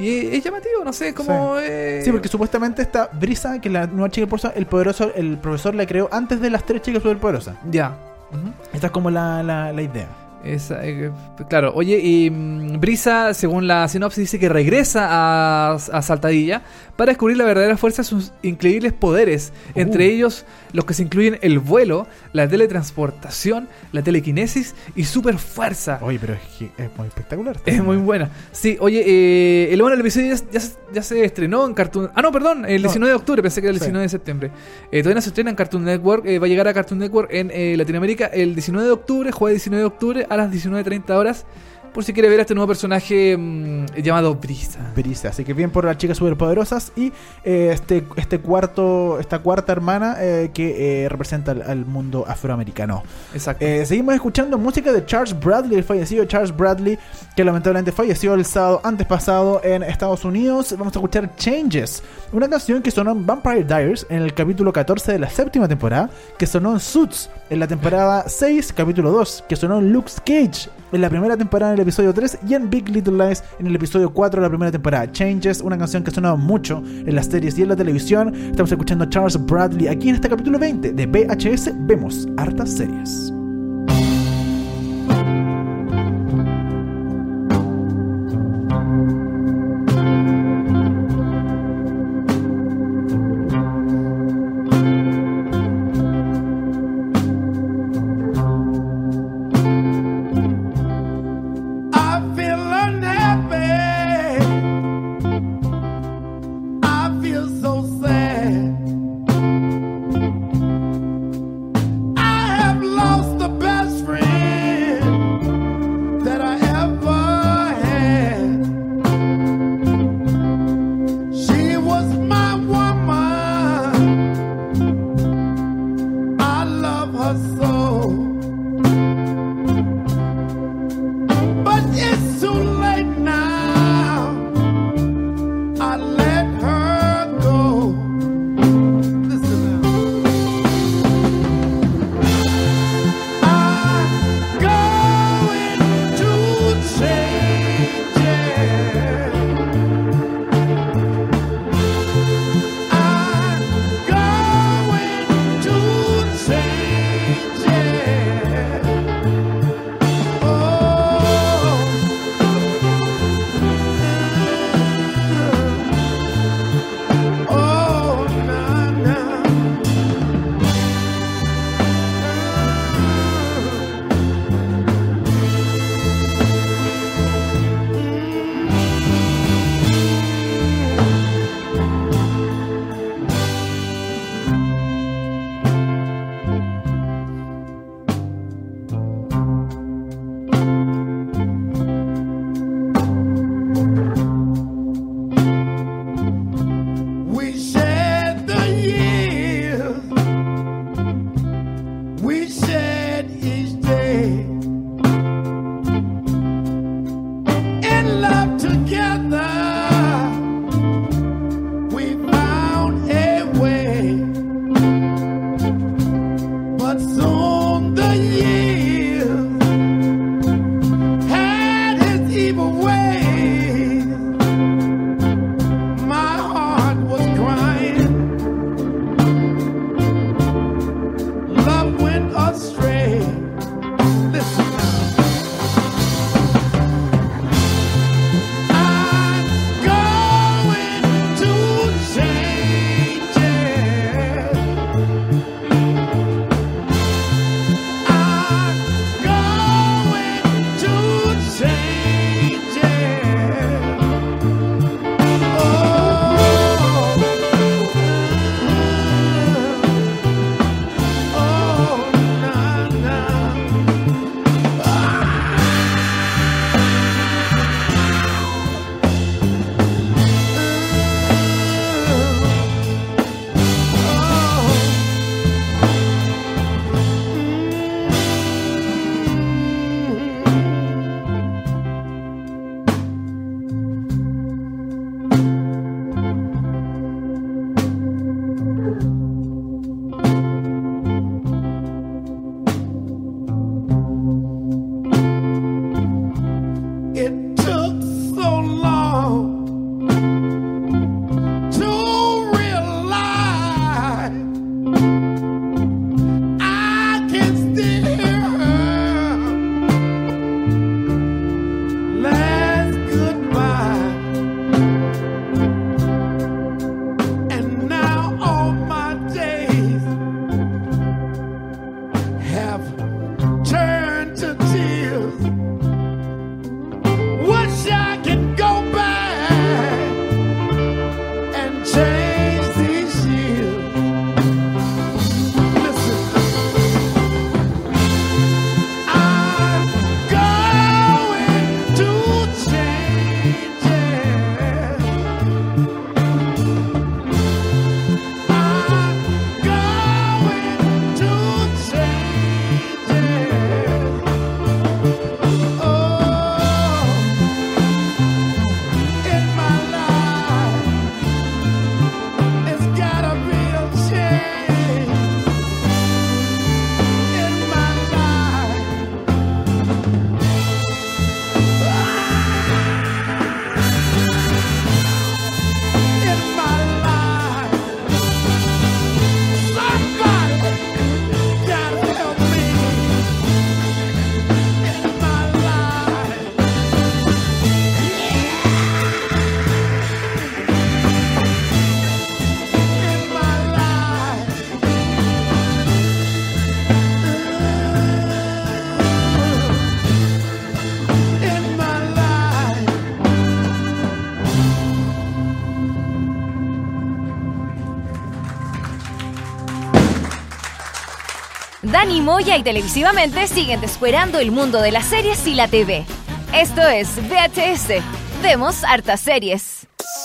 Y es llamativo, no sé, como... Sí. Eh... sí, porque supuestamente esta Brisa, que es la nueva chica poderosa, el poderoso, el profesor la creó antes de las tres chicas superpoderosas. Ya. Uh-huh. Esta es como la, la, la idea. Esa, eh, claro, oye, y mmm, Brisa, según la sinopsis, dice que regresa a, a Saltadilla para descubrir la verdadera fuerza de sus increíbles poderes, uh. entre ellos los que se incluyen el vuelo, la teletransportación, la telequinesis y super fuerza. Oye, pero es, es muy espectacular. Es muy buena. Sí, oye, eh, el, bueno, el episodio ya, ya, ya se estrenó en Cartoon... Ah, no, perdón, el diecinueve de octubre, pensé que era el diecinueve sí. de septiembre. Eh, todavía no se estrena en Cartoon Network, eh, va a llegar a Cartoon Network en eh, Latinoamérica el diecinueve de octubre, jueves diecinueve de octubre a las diecinueve treinta horas, por si quiere ver a este nuevo personaje mmm, llamado Brisa. Brisa, así que bien por las chicas superpoderosas y eh, este este cuarto esta cuarta hermana eh, que eh, representa al, al mundo afroamericano. Exacto. Eh, seguimos escuchando música de Charles Bradley, el fallecido Charles Bradley, que lamentablemente falleció el sábado antes pasado en Estados Unidos. Vamos a escuchar Changes, una canción que sonó en Vampire Diaries en el capítulo catorce de la séptima temporada, que sonó en Suits en la temporada seis, capítulo dos, que sonó en Luke Cage en la primera temporada en el episodio tres y en Big Little Lies en el episodio cuatro de la primera temporada. Changes, una canción que ha sonado mucho en las series y en la televisión. Estamos escuchando a Charles Bradley aquí en este capítulo veinte de V H S. Vemos hartas series. Go. Dani Moya y televisivamente siguen descuerando el mundo de las series y la T V. Esto es V H S. Vemos hartas series.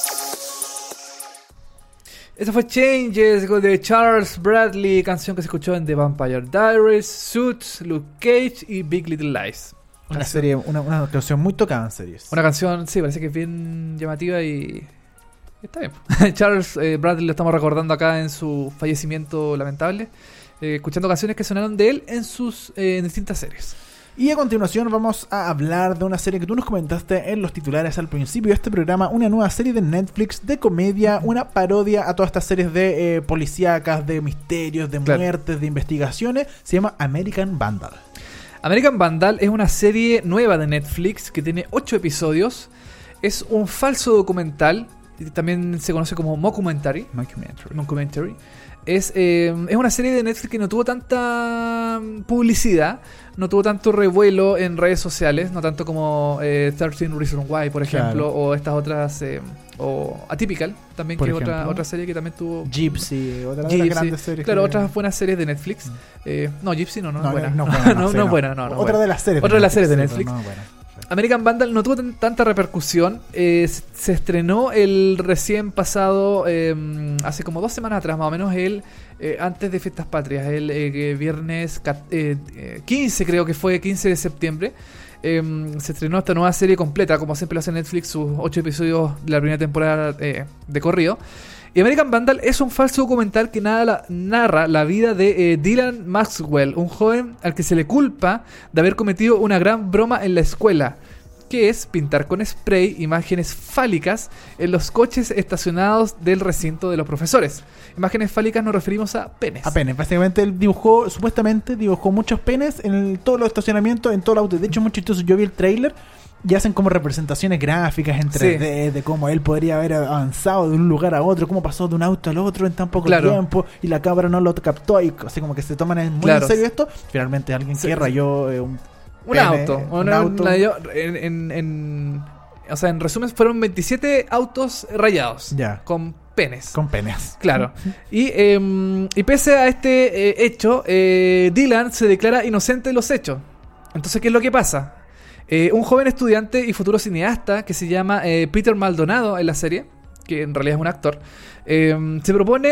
Eso fue Changes de Charles Bradley, canción que se escuchó en The Vampire Diaries, Suits, Luke Cage y Big Little Lies. Una serie, una, una canción muy tocada en series. Una canción, sí, parece que es bien llamativa y está bien. Charles eh, Bradley lo estamos recordando acá en su fallecimiento lamentable, eh, escuchando canciones que sonaron de él en sus eh, en distintas series. Y a continuación vamos a hablar de una serie que tú nos comentaste en los titulares al principio de este programa, una nueva serie de Netflix de comedia, una parodia a todas estas series de eh, policíacas, de misterios, de claro. muertes, de investigaciones. Se llama American Vandal. American Vandal es una serie nueva de Netflix que tiene ocho episodios. Es un falso documental, también se conoce como mockumentary. Mockumentary. Mockumentary. Es, eh, es una serie de Netflix que no tuvo tanta publicidad, no tuvo tanto revuelo en redes sociales, no tanto como eh, trece Reasons Why, por ejemplo, claro. o estas otras, eh, o Atypical, también, por que es otra, otra serie que también tuvo... Gypsy, otra Gypsy, de las grandes series. Claro, que... otras buenas series de Netflix. Mm. Eh, no, Gypsy no, no, no es buena. No, no, no, no, no, no es buena, no, no. Otra buena. de las series. Otra de las series de Netflix. Netflix. No, bueno. American Vandal no tuvo t- tanta repercusión. Eh, se estrenó el recién pasado, eh, hace como dos semanas atrás, más o menos, el eh, antes de Fiestas Patrias, el eh, viernes eh, quince, creo que fue, quince de septiembre. Eh, se estrenó esta nueva serie completa, como siempre lo hace Netflix, sus ocho episodios de la primera temporada eh, de corrido. Y American Vandal es un falso documental que narra, narra la vida de eh, Dylan Maxwell, un joven al que se le culpa de haber cometido una gran broma en la escuela, que es pintar con spray imágenes fálicas en los coches estacionados del recinto de los profesores. Imágenes fálicas nos referimos a penes. A penes. Básicamente él dibujó, supuestamente dibujó muchos penes en el, todos los estacionamientos, en todo el auto. De hecho, muy chistoso. Yo vi el tráiler y hacen como representaciones gráficas en tres D, sí, de cómo él podría haber avanzado de un lugar a otro, cómo pasó de un auto al otro en tan poco claro. tiempo, y la cámara no lo captó, y así como que se toman muy claro. en serio esto. Finalmente alguien sí, que rayó eh, un, un pene, auto. Un una, auto. Una, en, en, en, o sea, en resumen, fueron veintisiete autos rayados. Ya. Con penes. Con penes. Claro. Y, eh, y pese a este eh, hecho, eh, Dylan se declara inocente de los hechos. Entonces, ¿qué es lo que pasa? Eh, un joven estudiante y futuro cineasta que se llama eh, Peter Maldonado en la serie, que en realidad es un actor, eh, se propone,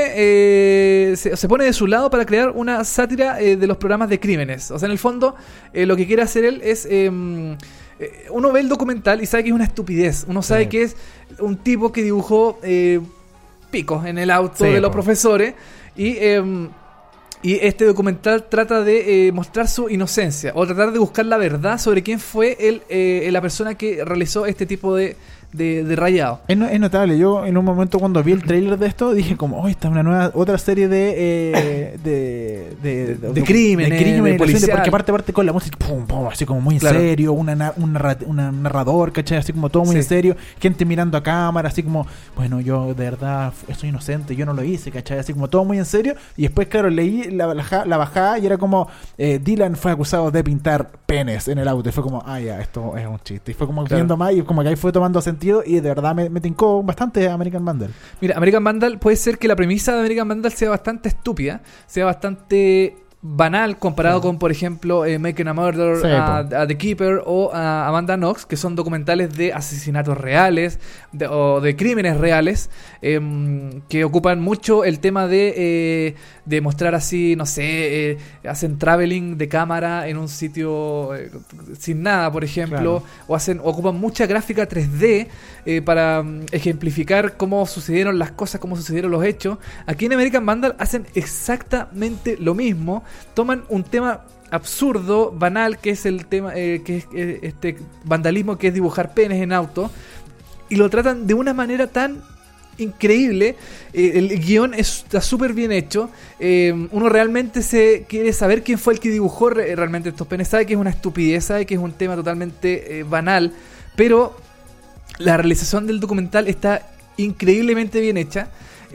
eh, se, se pone de su lado para crear una sátira eh, de los programas de crímenes. O sea, en el fondo, eh, lo que quiere hacer él es... Eh, eh, uno ve el documental y sabe que es una estupidez. Uno sabe sí. que es un tipo que dibujó eh, picos en el auto sí, de los po. profesores y... Eh, Y este documental trata de eh, mostrar su inocencia o tratar de buscar la verdad sobre quién fue el, eh, la persona que realizó este tipo de, de, de rayado. Es, no, es notable. Yo en un momento cuando vi el tráiler de esto dije como, oh, esta es una nueva, otra serie de eh, de, de, de, de, de crímenes, de, crímenes, de policial. Porque aparte parte con la música, pum, pum, así como muy en claro. serio, una, un, narra, una narrador, ¿cachai? Así como todo muy sí. en serio, gente mirando a cámara, así como, bueno, yo de verdad soy inocente, yo no lo hice, ¿cachai? Así como todo muy en serio. Y después, claro, leí la, la, la bajada y era como eh, Dylan fue acusado de pintar penes en el auto. Y fue como, ah, ya, esto es un chiste. Y fue como claro. viendo más y como que ahí fue tomando sentido y de verdad me, me tincó bastante American Vandal. Mira, American Vandal puede ser que la premisa de American Vandal sea bastante estúpida, sea bastante banal comparado sí. con, por ejemplo, eh, Making a Murder, sí, a, a The Keeper o a Amanda Knox, que son documentales de asesinatos reales de, o de crímenes reales, eh, que ocupan mucho el tema de, eh, de mostrar así, no sé, eh, hacen traveling de cámara en un sitio eh, sin nada, por ejemplo, claro. o hacen ocupan mucha gráfica tres D eh, para um, ejemplificar cómo sucedieron las cosas, cómo sucedieron los hechos. Aquí en American Vandal hacen exactamente lo mismo. Toman un tema absurdo, banal, que es el tema, eh, que es eh, este vandalismo, que es dibujar penes en auto, y lo tratan de una manera tan increíble. Eh, el guión está súper bien hecho. Eh, uno realmente se quiere saber quién fue el que dibujó re- realmente estos penes. Sabe que es una estupidez, sabe que es un tema totalmente eh, banal, pero la realización del documental está increíblemente bien hecha.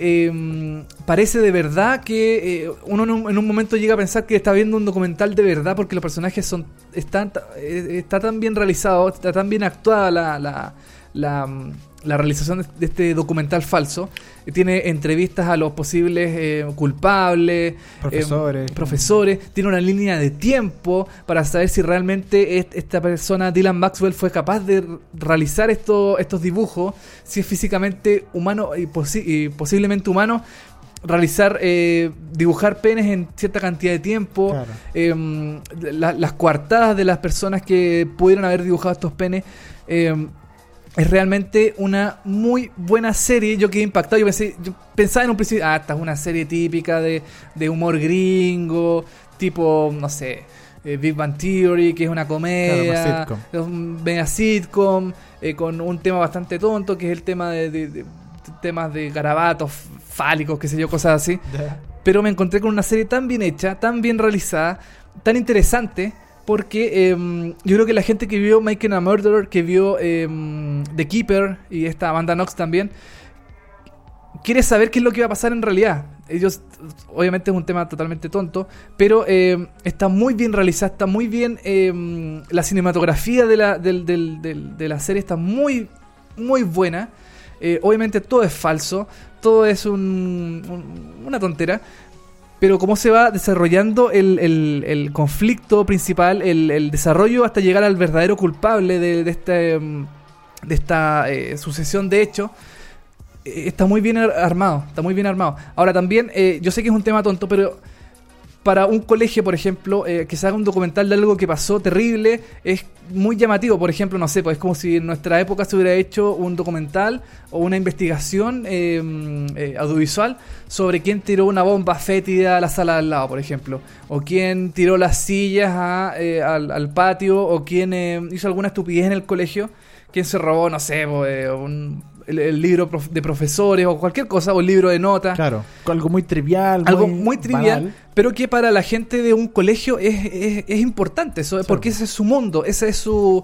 Eh, parece de verdad que eh, uno en un, en un momento llega a pensar que está viendo un documental de verdad, porque los personajes son están eh, está tan bien realizado, está tan bien actuada la, la, la la realización de este documental falso. Tiene entrevistas a los posibles eh, culpables, profesores, eh, profesores. Tiene una línea de tiempo para saber si realmente est- esta persona, Dylan Maxwell, fue capaz de r- realizar esto, estos dibujos, si es físicamente humano y, posi- y posiblemente humano. Realizar, eh, dibujar penes en cierta cantidad de tiempo, claro. eh, la, las coartadas de las personas que pudieron haber dibujado estos penes. Eh, es realmente una muy buena serie. Yo quedé impactado. Yo, pensé, yo pensaba en un principio, ah, esta es una serie típica de, de humor gringo, tipo, no sé, eh, Big Bang Theory, que es una comedia, claro, es un mega sitcom, eh, con un tema bastante tonto, que es el tema de, de, de temas de garabatos fálicos, qué sé yo, cosas así. Yeah. Pero me encontré con una serie tan bien hecha, tan bien realizada, tan interesante, porque eh, yo creo que la gente que vio Making a Murderer, que vio eh, The Keeper y esta Amanda Knox también, quiere saber qué es lo que va a pasar en realidad. Ellos, obviamente es un tema totalmente tonto, pero eh, está muy bien realizada, está muy bien, eh, la cinematografía de la, del, del, del, de la serie está muy, muy buena. Eh, obviamente todo es falso, todo es un, un, una tontera, pero cómo se va desarrollando el, el, el conflicto principal, el, el desarrollo hasta llegar al verdadero culpable de, de, este, de esta eh, sucesión de hechos, eh, está muy bien armado, está muy bien armado. Ahora también, eh, yo sé que es un tema tonto, pero para un colegio, por ejemplo, eh, que se haga un documental de algo que pasó terrible, es muy llamativo. Por ejemplo, no sé, pues es como si en nuestra época se hubiera hecho un documental o una investigación eh, eh, audiovisual sobre quién tiró una bomba fétida a la sala de al lado, por ejemplo, o quién tiró las sillas a, eh, al, al patio, o quién eh, hizo alguna estupidez en el colegio, quién se robó, no sé, pues, un... El, el libro de profesores o cualquier cosa, o el libro de notas. Claro, algo muy trivial. Algo muy, muy trivial, banal, pero que para la gente de un colegio es, es, es importante, eso, sí, porque ese es su mundo, ese es su,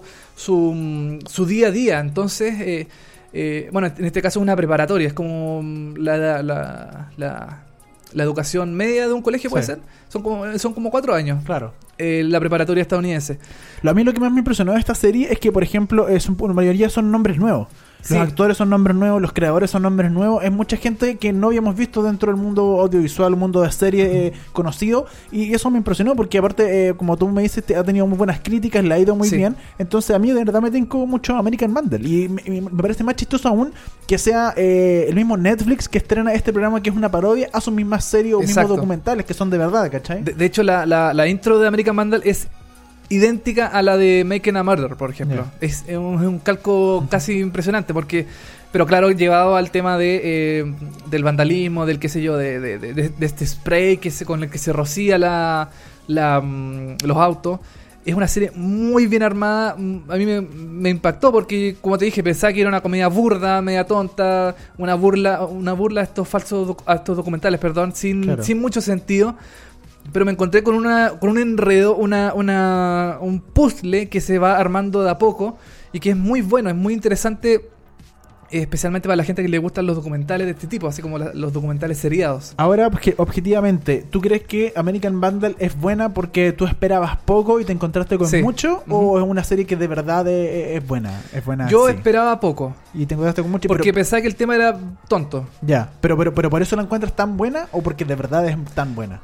su, su día a día. Entonces, eh, eh, bueno, en este caso es una preparatoria, es como la, la, la, la, la educación media de un colegio, puede sí. ser. Son como, son como cuatro años. Claro. Eh, la preparatoria estadounidense. Lo, a mí lo que más me impresionó de esta serie es que, por ejemplo, es un, la mayoría son nombres nuevos. Los sí. actores son nombres nuevos, los creadores son nombres nuevos. Es mucha gente que no habíamos visto dentro del mundo audiovisual, mundo de serie uh-huh. eh, conocido. Y eso me impresionó porque, aparte, eh, como tú me dices, te, ha tenido muy buenas críticas, le ha ido muy sí. bien. Entonces, a mí de verdad me tincó mucho American Vandal. Y me, me parece más chistoso aún que sea eh, el mismo Netflix que estrena este programa, que es una parodia a sus mismas series o mismos documentales que son de verdad, ¿cachai? De, de hecho, la, la, la intro de American Vandal es idéntica a la de Making a Murderer, por ejemplo. Yeah. Es, es, un, es un calco uh-huh. casi impresionante, porque, pero claro, llevado al tema de eh, del vandalismo, del qué sé yo, de, de, de, de este spray que se, con el que se rocía la, la, um, los autos. Es una serie muy bien armada. A mí me, me impactó porque, como te dije, pensaba que era una comedia burda, media tonta, una burla, una burla a estos falsos doc- a estos documentales, perdón, sin, claro. sin mucho sentido. Pero me encontré con una con un enredo, una, una un puzzle que se va armando de a poco y que es muy bueno, es muy interesante, especialmente para la gente que le gustan los documentales de este tipo, así como la, los documentales seriados. Ahora, objetivamente, ¿tú crees que American Vandal es buena porque tú esperabas poco y te encontraste con sí. mucho? Uh-huh. ¿O es una serie que de verdad es, es buena? Es buena. Yo sí. esperaba poco. Y te encontraste con mucho. Porque pero, pensaba que el tema era tonto. Ya, pero, pero, pero ¿por eso la encuentras tan buena o porque de verdad es tan buena?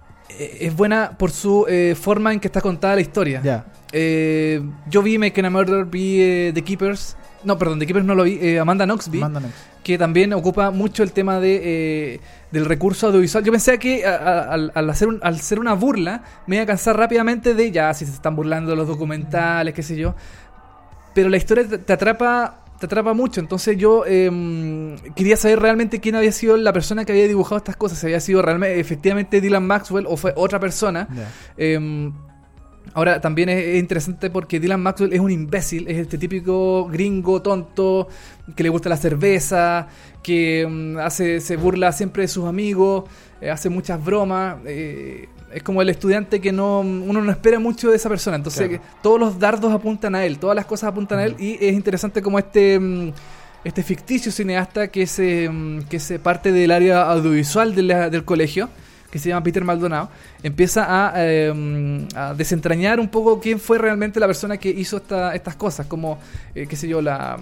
Es buena por su eh, forma en que está contada la historia. Yeah. Eh, yo vi Making a Murderer, vi eh, The Keepers. No, perdón, The Keepers no lo vi. Eh, Amanda Knox vi. Amanda Knox. Que también ocupa mucho el tema de eh, del recurso audiovisual. Yo pensé que a, a, al, al, hacer un, al hacer una burla me iba a cansar rápidamente de ya, si se están burlando de los documentales, qué sé yo. Pero la historia te, te atrapa... te atrapa mucho, entonces yo eh, quería saber realmente quién había sido la persona que había dibujado estas cosas, si había sido realmente efectivamente Dylan Maxwell o fue otra persona. Yeah. eh, ahora también es, es interesante porque Dylan Maxwell es un imbécil, es este típico gringo tonto que le gusta la cerveza, que um, hace se burla siempre de sus amigos, eh, hace muchas bromas, eh, es como el estudiante que no uno no espera mucho de esa persona. Entonces claro. todos los dardos apuntan a él, todas las cosas apuntan uh-huh. a él. Y es interesante como este este ficticio cineasta que se que se parte del área audiovisual de la, del colegio, que se llama Peter Maldonado, empieza a, eh, a desentrañar un poco quién fue realmente la persona que hizo esta, estas cosas, como eh, qué sé yo, la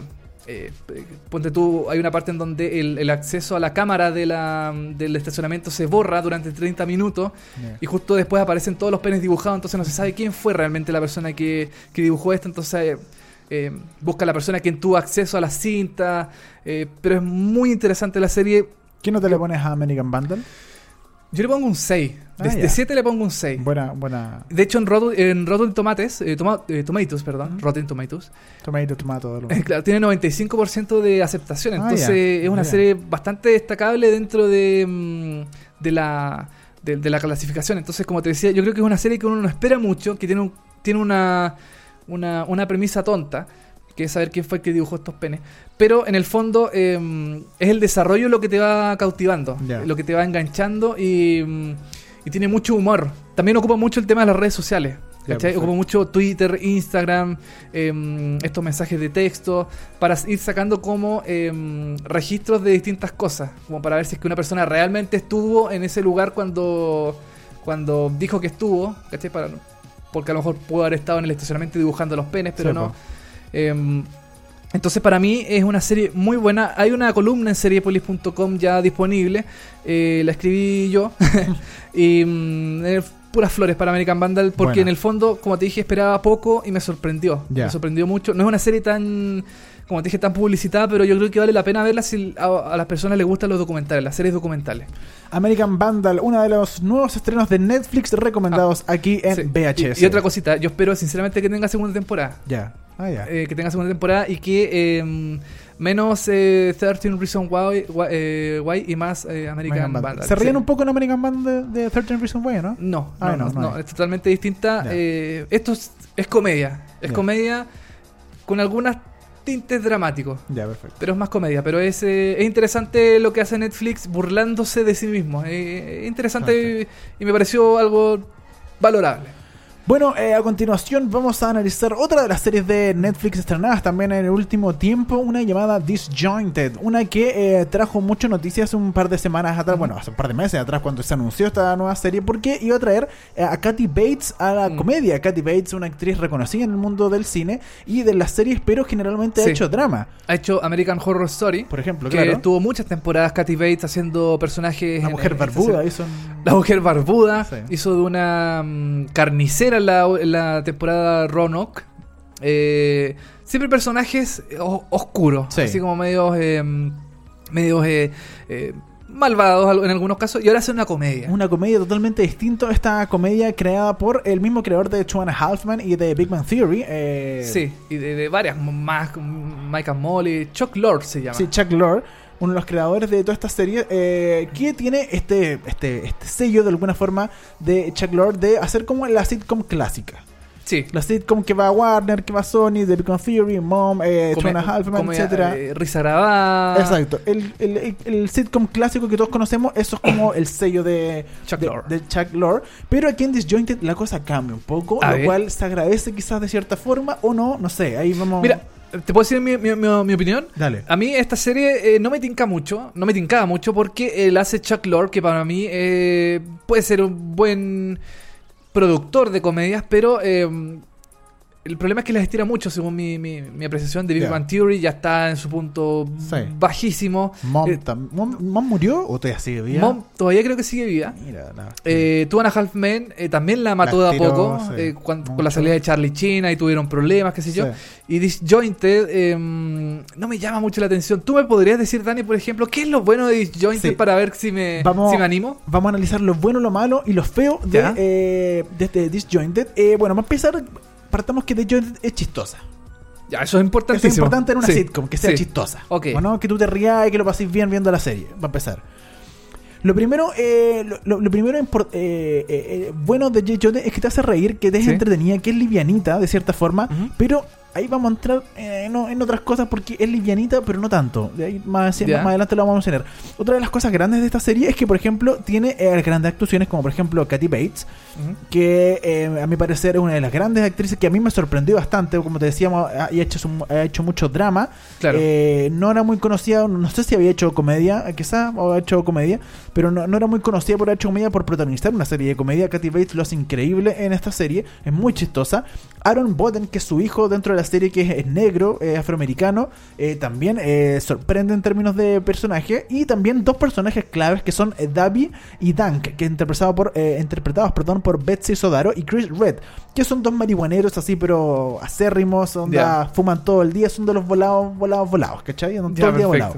Eh, ponte tú, hay una parte en donde el, el acceso a la cámara de la, del estacionamiento se borra durante treinta minutos yeah. y justo después aparecen todos los penes dibujados, entonces no se sabe quién fue realmente la persona que, que dibujó esto, entonces eh, eh, busca la persona quien tuvo acceso a la cinta, eh, pero es muy interesante la serie. ¿Qué nota le pones a American Vandal? Yo le pongo un seis. De, ah, de siete le pongo un seis. Buena, buena. De hecho, en Rotten, en Rotten Tomates, eh, toma, eh, Tomatoes, perdón, uh-huh. Rotten Tomatoes. Tomato, tomato. Eh, claro, tiene noventa y cinco por ciento de aceptación. Entonces, ah, es una yeah. serie bastante destacable dentro de, de, la, de, de la clasificación. Entonces, como te decía, yo creo que es una serie que uno no espera mucho, que tiene, un, tiene una, una, una premisa tonta, que es saber quién fue el que dibujó estos penes. Pero en el fondo eh, es el desarrollo lo que te va cautivando, yeah. lo que te va enganchando y, y tiene mucho humor. También ocupa mucho el tema de las redes sociales. Yeah, ocupa mucho Twitter, Instagram, eh, estos mensajes de texto, para ir sacando como eh, registros de distintas cosas, como para ver si es que una persona realmente estuvo en ese lugar cuando, cuando dijo que estuvo, ¿cachai? Para, porque a lo mejor pudo haber estado en el estacionamiento dibujando los penes, pero sí, no. Eh, entonces para mí es una serie muy buena. Hay una columna en seriepolis punto com ya disponible, eh, la escribí yo y mm, eh, puras flores para American Vandal, porque bueno. en el fondo, como te dije, esperaba poco y me sorprendió, yeah. me sorprendió mucho. No es una serie tan, como te dije, tan publicitada, pero yo creo que vale la pena verla si a, a las personas les gustan los documentales, las series documentales. American Vandal, uno de los nuevos estrenos de Netflix recomendados ah, aquí en sí. V H S. Y, y otra cosita, yo espero sinceramente que tenga segunda temporada. Ya. Yeah. Ah, yeah. eh, que tenga segunda temporada y que eh, menos eh, trece Reasons Why, why, eh, why y más eh, American, American Vandal. ¿Se ríen sí. un poco en American Vandal de, de trece Reasons Why, no? No, ah, no, no, no, no, no, es totalmente distinta. Yeah. Eh, esto es, es comedia, es yeah. comedia con algunas tintes dramáticos. Ya, yeah, perfecto. Pero es más comedia, pero es, eh, es interesante lo que hace Netflix burlándose de sí mismo. Eh, es interesante okay. y, y me pareció algo valorable. Bueno, eh, a continuación vamos a analizar otra de las series de Netflix estrenadas también en el último tiempo, una llamada Disjointed, una que eh, trajo muchas noticias un par de semanas atrás, mm. bueno, hace un par de meses atrás cuando se anunció esta nueva serie, porque iba a traer eh, a Kathy Bates a la mm. comedia. Kathy Bates, una actriz reconocida en el mundo del cine y de las series, pero generalmente sí. ha hecho drama. Ha hecho American Horror Story, por ejemplo, que claro. tuvo muchas temporadas Kathy Bates haciendo personajes... La mujer en, barbuda. En hizo en... La mujer barbuda, sí. hizo de una um, carnicera en la, en la temporada Roanoke. Eh, siempre personajes o, oscuros, sí. así como medios, eh, medios eh, eh, malvados en algunos casos, y ahora hace una comedia. Una comedia totalmente distinta. Esta comedia creada por el mismo creador de Two and a Half Men y de Big Bang Theory. Eh... Sí, y de, de varias más, Mike and Molly, Chuck Lorre se llama. Sí, Chuck Lorre, uno de los creadores de toda esta serie, eh, que tiene este, este, este sello de alguna forma de Chuck Lorre de hacer como la sitcom clásica. Sí. La sitcom que va a Warner, que va a Sony, The Big Bang Theory, Mom, eh, Two and a Half Men, etcétera. Eh, Risa grabada. Exacto. El, el, el, el sitcom clásico que todos conocemos, eso es como el sello de Chuck de, Lorre. de Chuck Lorre. Pero aquí en Disjointed la cosa cambia un poco, a lo ver. cual se agradece quizás de cierta forma o no, no sé. Ahí vamos. Mira, ¿te puedo decir mi, mi, mi, mi opinión? Dale. A mí esta serie eh, no me tinca mucho, no me tincaba mucho porque él hace Chuck Lorre, que para mí eh, puede ser un buen productor de comedias, pero eh, el problema es que las estira mucho, según mi, mi, mi apreciación de Big yeah. Bang Theory. Ya está en su punto sí. bajísimo. Mom, eh, Mom, ¿Mom murió o todavía sigue viva? Mom todavía creo que sigue viva. Mira, no, eh, Two and a Half Men eh, también la mató la de a poco, sí. eh, cuando, con la salida de Charlie Sheen, ahí tuvieron problemas, qué sé yo. Sí. Y Disjointed eh, no me llama mucho la atención. ¿Tú me podrías decir, Dani, por ejemplo, qué es lo bueno de Disjointed sí. para ver si me, vamos, si me animo? Vamos a analizar lo bueno, lo malo y lo feo de, eh, de, de Disjointed. Eh, bueno, vamos a empezar... Partamos que Disjointed es chistosa. Ya, eso es importantísimo. Eso es importante en una sí. sitcom, que sea sí. chistosa. Okay. Bueno, que tú te rías y que lo pases bien viendo la serie. Va a empezar. Lo primero, eh, lo, lo primero import, eh, eh, bueno de Disjointed es que te hace reír, que te es ¿sí? entretenida, que es livianita de cierta forma, uh-huh. pero ahí vamos a entrar eh, no, en otras cosas porque es livianita, pero no tanto. De ahí más, yeah. más adelante lo vamos a mencionar. Otra de las cosas grandes de esta serie es que, por ejemplo, tiene eh, grandes actuaciones, como por ejemplo Kathy Bates, uh-huh. que eh, a mi parecer es una de las grandes actrices que a mí me sorprendió bastante. Como te decíamos, ha hecho, ha hecho mucho drama. Claro. Eh, no era muy conocida, no sé si había hecho comedia, quizás, o ha hecho comedia, pero no, no era muy conocida por haber hecho comedia, por protagonizar una serie de comedia. Kathy Bates lo hace increíble en esta serie, es muy chistosa. Aaron Boden, que es su hijo dentro de la serie, que es, es negro, eh, afroamericano, eh, también eh, sorprende en términos de personaje. Y también dos personajes claves que son eh, Dabi y Dank, que interpretado por, eh, interpretados perdón, por Betsy Sodaro y Chris Red, que son dos marihuaneros así, pero acérrimos, onda, yeah. fuman todo el día, son de los volados, volados, volados, ¿cachai? Andan todo el día volados.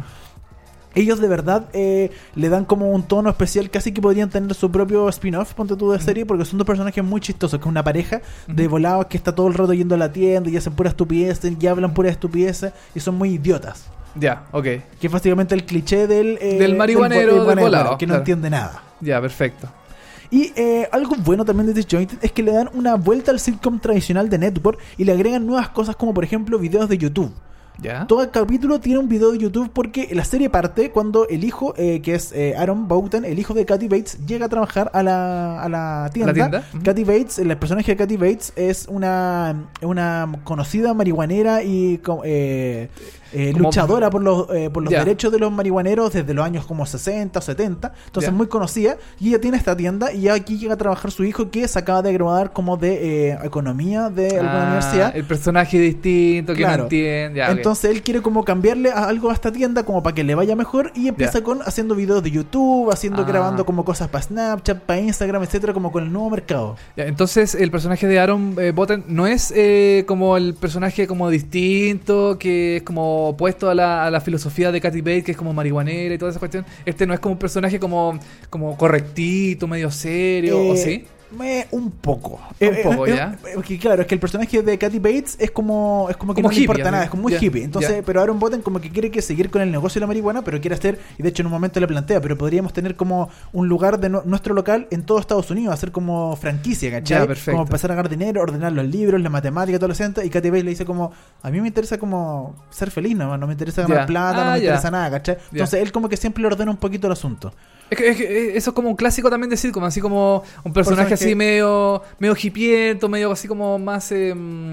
Ellos de verdad eh, le dan como un tono especial, casi que podrían tener su propio spin-off, ponte tú, de serie, porque son dos personajes muy chistosos, que es una pareja de volados que está todo el rato yendo a la tienda y hacen pura estupidez, y hablan pura estupidez y son muy idiotas. Ya, yeah, ok. Que es básicamente el cliché del... Eh, del marihuanero, del, del volado. Que no claro. entiende nada. Ya, yeah, perfecto. Y eh, algo bueno también de Disjointed es que le dan una vuelta al sitcom tradicional de Network y le agregan nuevas cosas como por ejemplo videos de YouTube. ¿Ya? Todo el capítulo tiene un video de YouTube porque la serie parte cuando el hijo, eh, que es eh, Aaron Boden, el hijo de Kathy Bates, llega a trabajar a la, a la tienda. ¿La tienda? Uh-huh. Kathy Bates, el personaje de Kathy Bates es una, una conocida marihuanera y eh, eh, luchadora por los, eh, por los yeah. derechos de los marihuaneros desde los años como sesenta o setenta. Entonces yeah. muy conocida, y ella tiene esta tienda y aquí llega a trabajar su hijo, que se acaba de graduar como de eh, economía de alguna ah, universidad. El personaje distinto que claro. no entiende. Ya, Entonces okay. él quiere como cambiarle a algo a esta tienda como para que le vaya mejor, y empieza yeah. con haciendo videos de YouTube, haciendo ah. grabando como cosas para Snapchat, para Instagram, etcétera, como con el nuevo mercado. Ya, entonces el personaje de Aaron eh, Boden no es eh, como el personaje como distinto, que es como opuesto a la, a la filosofía de Kathy Bates, que es como marihuanera y toda esa cuestión. Este no es como un personaje como, como correctito, medio serio, eh, ¿o sí? Me, un poco. Un eh, poco, eh, ¿ya? Porque claro, es que el personaje de Kathy Bates es como es como que como no hippie, le importa ¿sí? nada, es como muy yeah, hippie. Entonces, yeah. pero Aaron Boden como que quiere que seguir con el negocio de la marihuana, pero quiere hacer, y de hecho en un momento le plantea, pero podríamos tener como un lugar de no, nuestro local en todo Estados Unidos, hacer como franquicia, ¿cachai? Yeah, perfecto. Como empezar a ganar dinero, ordenar los libros, la matemática, todo lo siento. Y Kathy Bates le dice como, a mí me interesa como ser feliz, no, no me interesa ganar yeah. plata, ah, no me yeah. interesa nada, ¿cachai? Entonces yeah. él como que siempre le ordena un poquito el asunto. Es que, es que eso es como un clásico también de sitcom, así como un personaje así que... medio medio hipiento, medio así como más eh,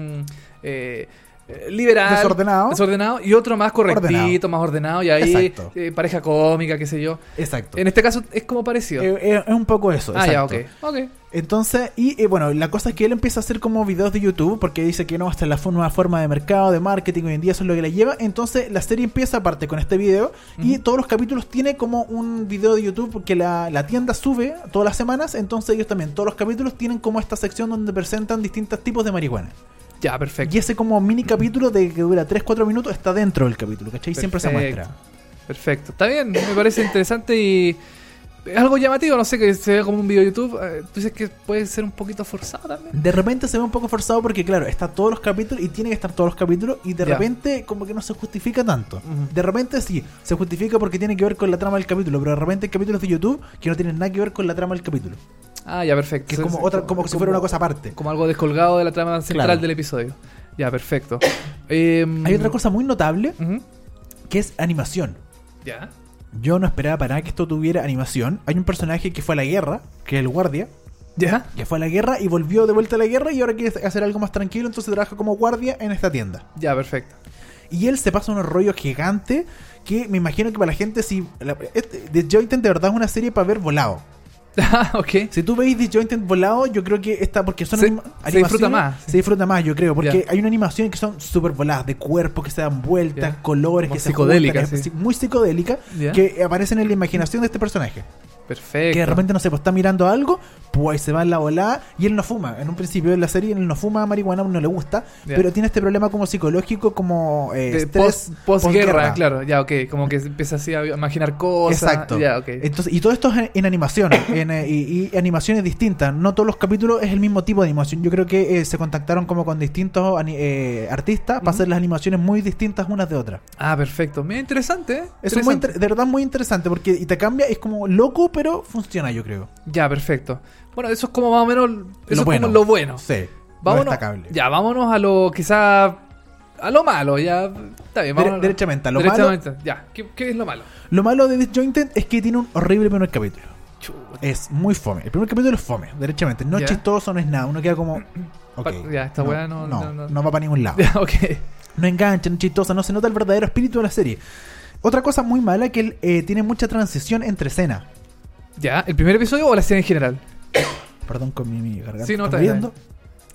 eh, liberal, desordenado, desordenado y otro más correctito, ordenado. más ordenado, y ahí eh, pareja cómica, qué sé yo. Exacto. En este caso es como parecido. Eh, eh, es un poco eso. Ah, exacto. ya, ok. okay. Entonces, y eh, bueno, la cosa es que él empieza a hacer como videos de YouTube, porque dice que no, esta es la nueva forma de mercado, de marketing, hoy en día eso es lo que le lleva. Entonces la serie empieza aparte con este video, uh-huh. y todos los capítulos tiene como un video de YouTube, porque la, la tienda sube todas las semanas. Entonces ellos también, todos los capítulos tienen como esta sección donde presentan distintos tipos de marihuana. Ya, perfecto. Y ese como mini capítulo de que dura tres cuatro minutos está dentro del capítulo, ¿cachai? Perfecto. Siempre se muestra. Perfecto. Está bien, me parece interesante y es algo llamativo, no sé, que se vea como un video de YouTube. Eh, tú dices que puede ser un poquito forzado también. De repente se ve un poco forzado porque, claro, está todos los capítulos y tiene que estar todos los capítulos, y de yeah. repente como que no se justifica tanto. Uh-huh. De repente sí, se justifica porque tiene que ver con la trama del capítulo, pero de repente hay capítulos de YouTube que no tienen nada que ver con la trama del capítulo. Ah, ya, perfecto. Que es como, otra, como, como si fuera una cosa aparte. Como algo descolgado de la trama central claro. del episodio. Ya, perfecto. eh, hay otra cosa muy notable, uh-huh. que es animación. Ya. Yo no esperaba para nada que esto tuviera animación. Hay un personaje que fue a la guerra, que es el guardia. ¿Ya? Que fue a la guerra y volvió de vuelta a la guerra y ahora quiere hacer algo más tranquilo, entonces trabaja como guardia en esta tienda. Ya, perfecto. Y él se pasa unos rollos gigantes que me imagino que para la gente, si la, este, Disjointed de verdad es una serie para ver volado. Ah, ok. Si tú veis Disjointed volado, yo creo que está porque son se, anima- se disfruta más. Se disfruta más, yo creo, porque yeah. hay una animación que son súper voladas, de cuerpos que se dan vueltas, yeah. colores como que psicodélica, se juntan, sí. muy psicodélica, yeah. que aparecen en la imaginación de este personaje. Perfecto. Que de repente, no sé, pues está mirando algo, pues se va en la volada y él no fuma. En un principio de la serie él no fuma marihuana, no le gusta, yeah. pero tiene este problema como psicológico, como eh, estrés post, postguerra, claro, ya, ok, como que empieza así a imaginar cosas. Exacto. Ya, okay. Entonces, y todo esto es en, en animación, en, eh, y, y animaciones distintas. No todos los capítulos es el mismo tipo de animación. Yo creo que eh, se contactaron como con distintos eh, artistas para uh-huh. hacer las animaciones muy distintas unas de otras. Ah, perfecto. Mira, interesante, ¿eh? Eso es muy inter- de verdad muy interesante, porque y te cambia, es como loco, pero funciona, yo creo. Ya, perfecto. Bueno, eso es como más o menos eso lo es bueno. como lo bueno. Sí. Vámonos, lo destacable. Ya, vámonos a lo quizá a lo malo, ya está bien, vámonos. Dere- derechamente, a lo derechamente. malo. Ya, ¿Qué, ¿qué es lo malo? Lo malo de Disjointed es que tiene un horrible primer capítulo. Chuta. Es muy fome. El primer capítulo es fome, derechamente. No es chistoso, no es nada. Uno queda como okay, ya, esta no, weá no no, no, no no va para ningún lado. Ya, okay. No engancha, no es chistosa, no se nota el verdadero espíritu de la serie. Otra cosa muy mala es que él eh, tiene mucha transición entre escenas. ¿Ya? ¿El primer episodio o la escena en general? Perdón con mi, mi garganta. Sí, no, está viendo.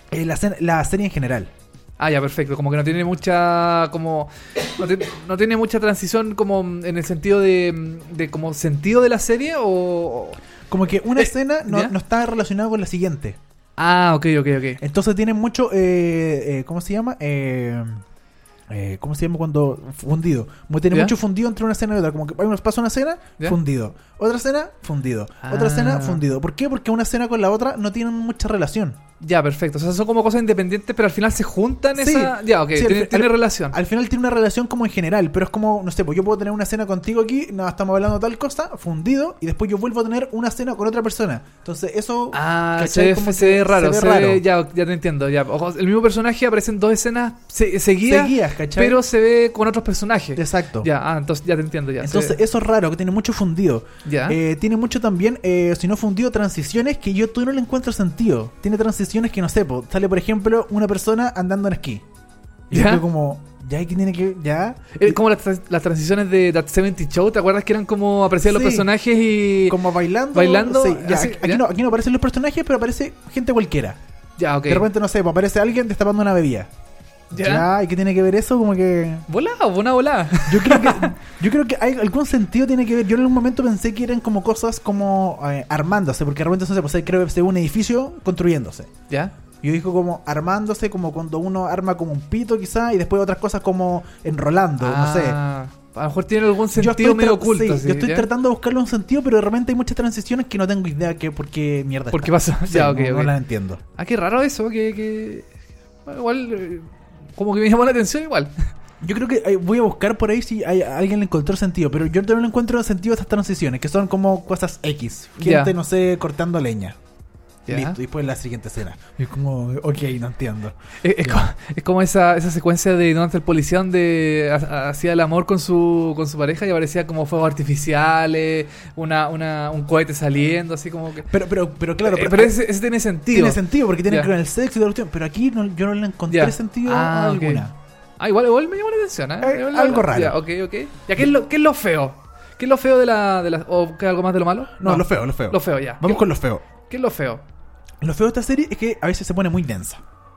Eh, la, la serie en general. Ah, ya, perfecto. Como que no tiene mucha... como No, te, no tiene mucha transición como en el sentido de... de como sentido de la serie o... Como que una eh, escena no, no está relacionada con la siguiente. Ah, ok, ok, ok. Entonces tiene mucho... Eh, eh, ¿Cómo se llama? Eh... Eh, ¿Cómo se llama cuando fundido? Como tiene ¿Ya? mucho fundido entre una escena y otra. Como que pasa una escena, ¿Ya? fundido. Otra escena, fundido. Ah. Otra escena, fundido. ¿Por qué? Porque una escena con la otra no tienen mucha relación. Ya, perfecto. O sea, son como cosas independientes, pero al final se juntan Sí. esa... Ya, ok. Sí, tiene, al- tiene al- relación. Al final tiene una relación como en general, pero es como, no sé, pues yo puedo tener una escena contigo aquí, no, estamos hablando de tal cosa, fundido, y después yo vuelvo a tener una escena con otra persona. Entonces eso... Ah, ¿cachai? se ve, Como se que ve raro. se Se ve ve- raro. ya, ya te entiendo. Ya. Ojo, el mismo personaje aparece en dos escenas se- seguidas, Seguidas, ¿cachai? pero se ve con otros personajes. Exacto. Ya, ah, entonces ya te entiendo. Ya, Entonces se- eso es raro, que tiene mucho fundido. Ya. Eh, tiene mucho también, eh, si no fundido, transiciones que yo tú no le encuentro sentido. Tiene transiciones que no sé, po, sale por ejemplo una persona andando en esquí. Y ¿Ya? yo creo como, ya, ¿qué tiene que...? Ya. Eh, como las, tra- las transiciones de That setenta Show, ¿te acuerdas que eran como aparecían los Sí. personajes y... Como bailando. Bailando, Sí, ya, así, aquí, aquí ya. no, aquí no aparecen los personajes, pero aparece gente cualquiera. Ya, ok. De repente, no sé, pues aparece alguien destapando una bebida. ¿Ya? Ya, ¿y qué tiene que ver eso? Como que... Volado, buena volada. Yo creo que yo creo que hay algún sentido tiene que ver. Yo en algún momento pensé que eran como cosas como eh, armándose, porque de repente no sé, pues, creo que se ve un edificio construyéndose. ¿Ya? Yo digo como armándose, como cuando uno arma como un pito quizá, y después otras cosas como enrolando, no sé. Ah, a lo mejor tiene algún Yo sentido estoy, medio tra- oculto. sí, así, yo estoy ¿ya? tratando de buscarle un sentido, pero de repente hay muchas transiciones que no tengo idea que por qué mierda ¿Por qué están. pasó? Sí, Ya, no, ok, no ok. las entiendo. Ah, qué raro eso, que... que... bueno, igual, eh, como que me llamó la atención igual. Yo creo que eh, voy a buscar por ahí si hay, alguien le encontró sentido, pero yo no le encuentro sentido a estas transiciones, que son como cosas X. Gente, Ya. no sé, cortando leña. Ya. Listo, y después la siguiente escena. Y es como, ok, no entiendo. Es, es Ya. como, es como esa, esa secuencia de donde el policía donde ha- hacía el amor con su con su pareja y aparecía como fuegos artificiales, una, una, un cohete saliendo, así como que... Pero, pero, pero claro, Eh, pero, pero ese, ese tiene sentido. tiene sentido porque tiene Ya. que ver con el sexo y la cuestión, pero aquí no, yo no le encontré Ya. sentido Ah, ok. alguna. Ah, igual, igual me llamó la atención, ¿eh? Eh, Igual- algo raro. Ya, ok, ok. Ya, ¿qué es lo, qué es lo feo? ¿Qué es lo feo de la... De la ¿O qué algo más de lo malo? No, lo feo, lo feo. Lo feo, ya. Vamos ¿Qué, con lo feo. ¿Qué es lo feo? Lo feo de esta serie es que a veces se pone muy densa.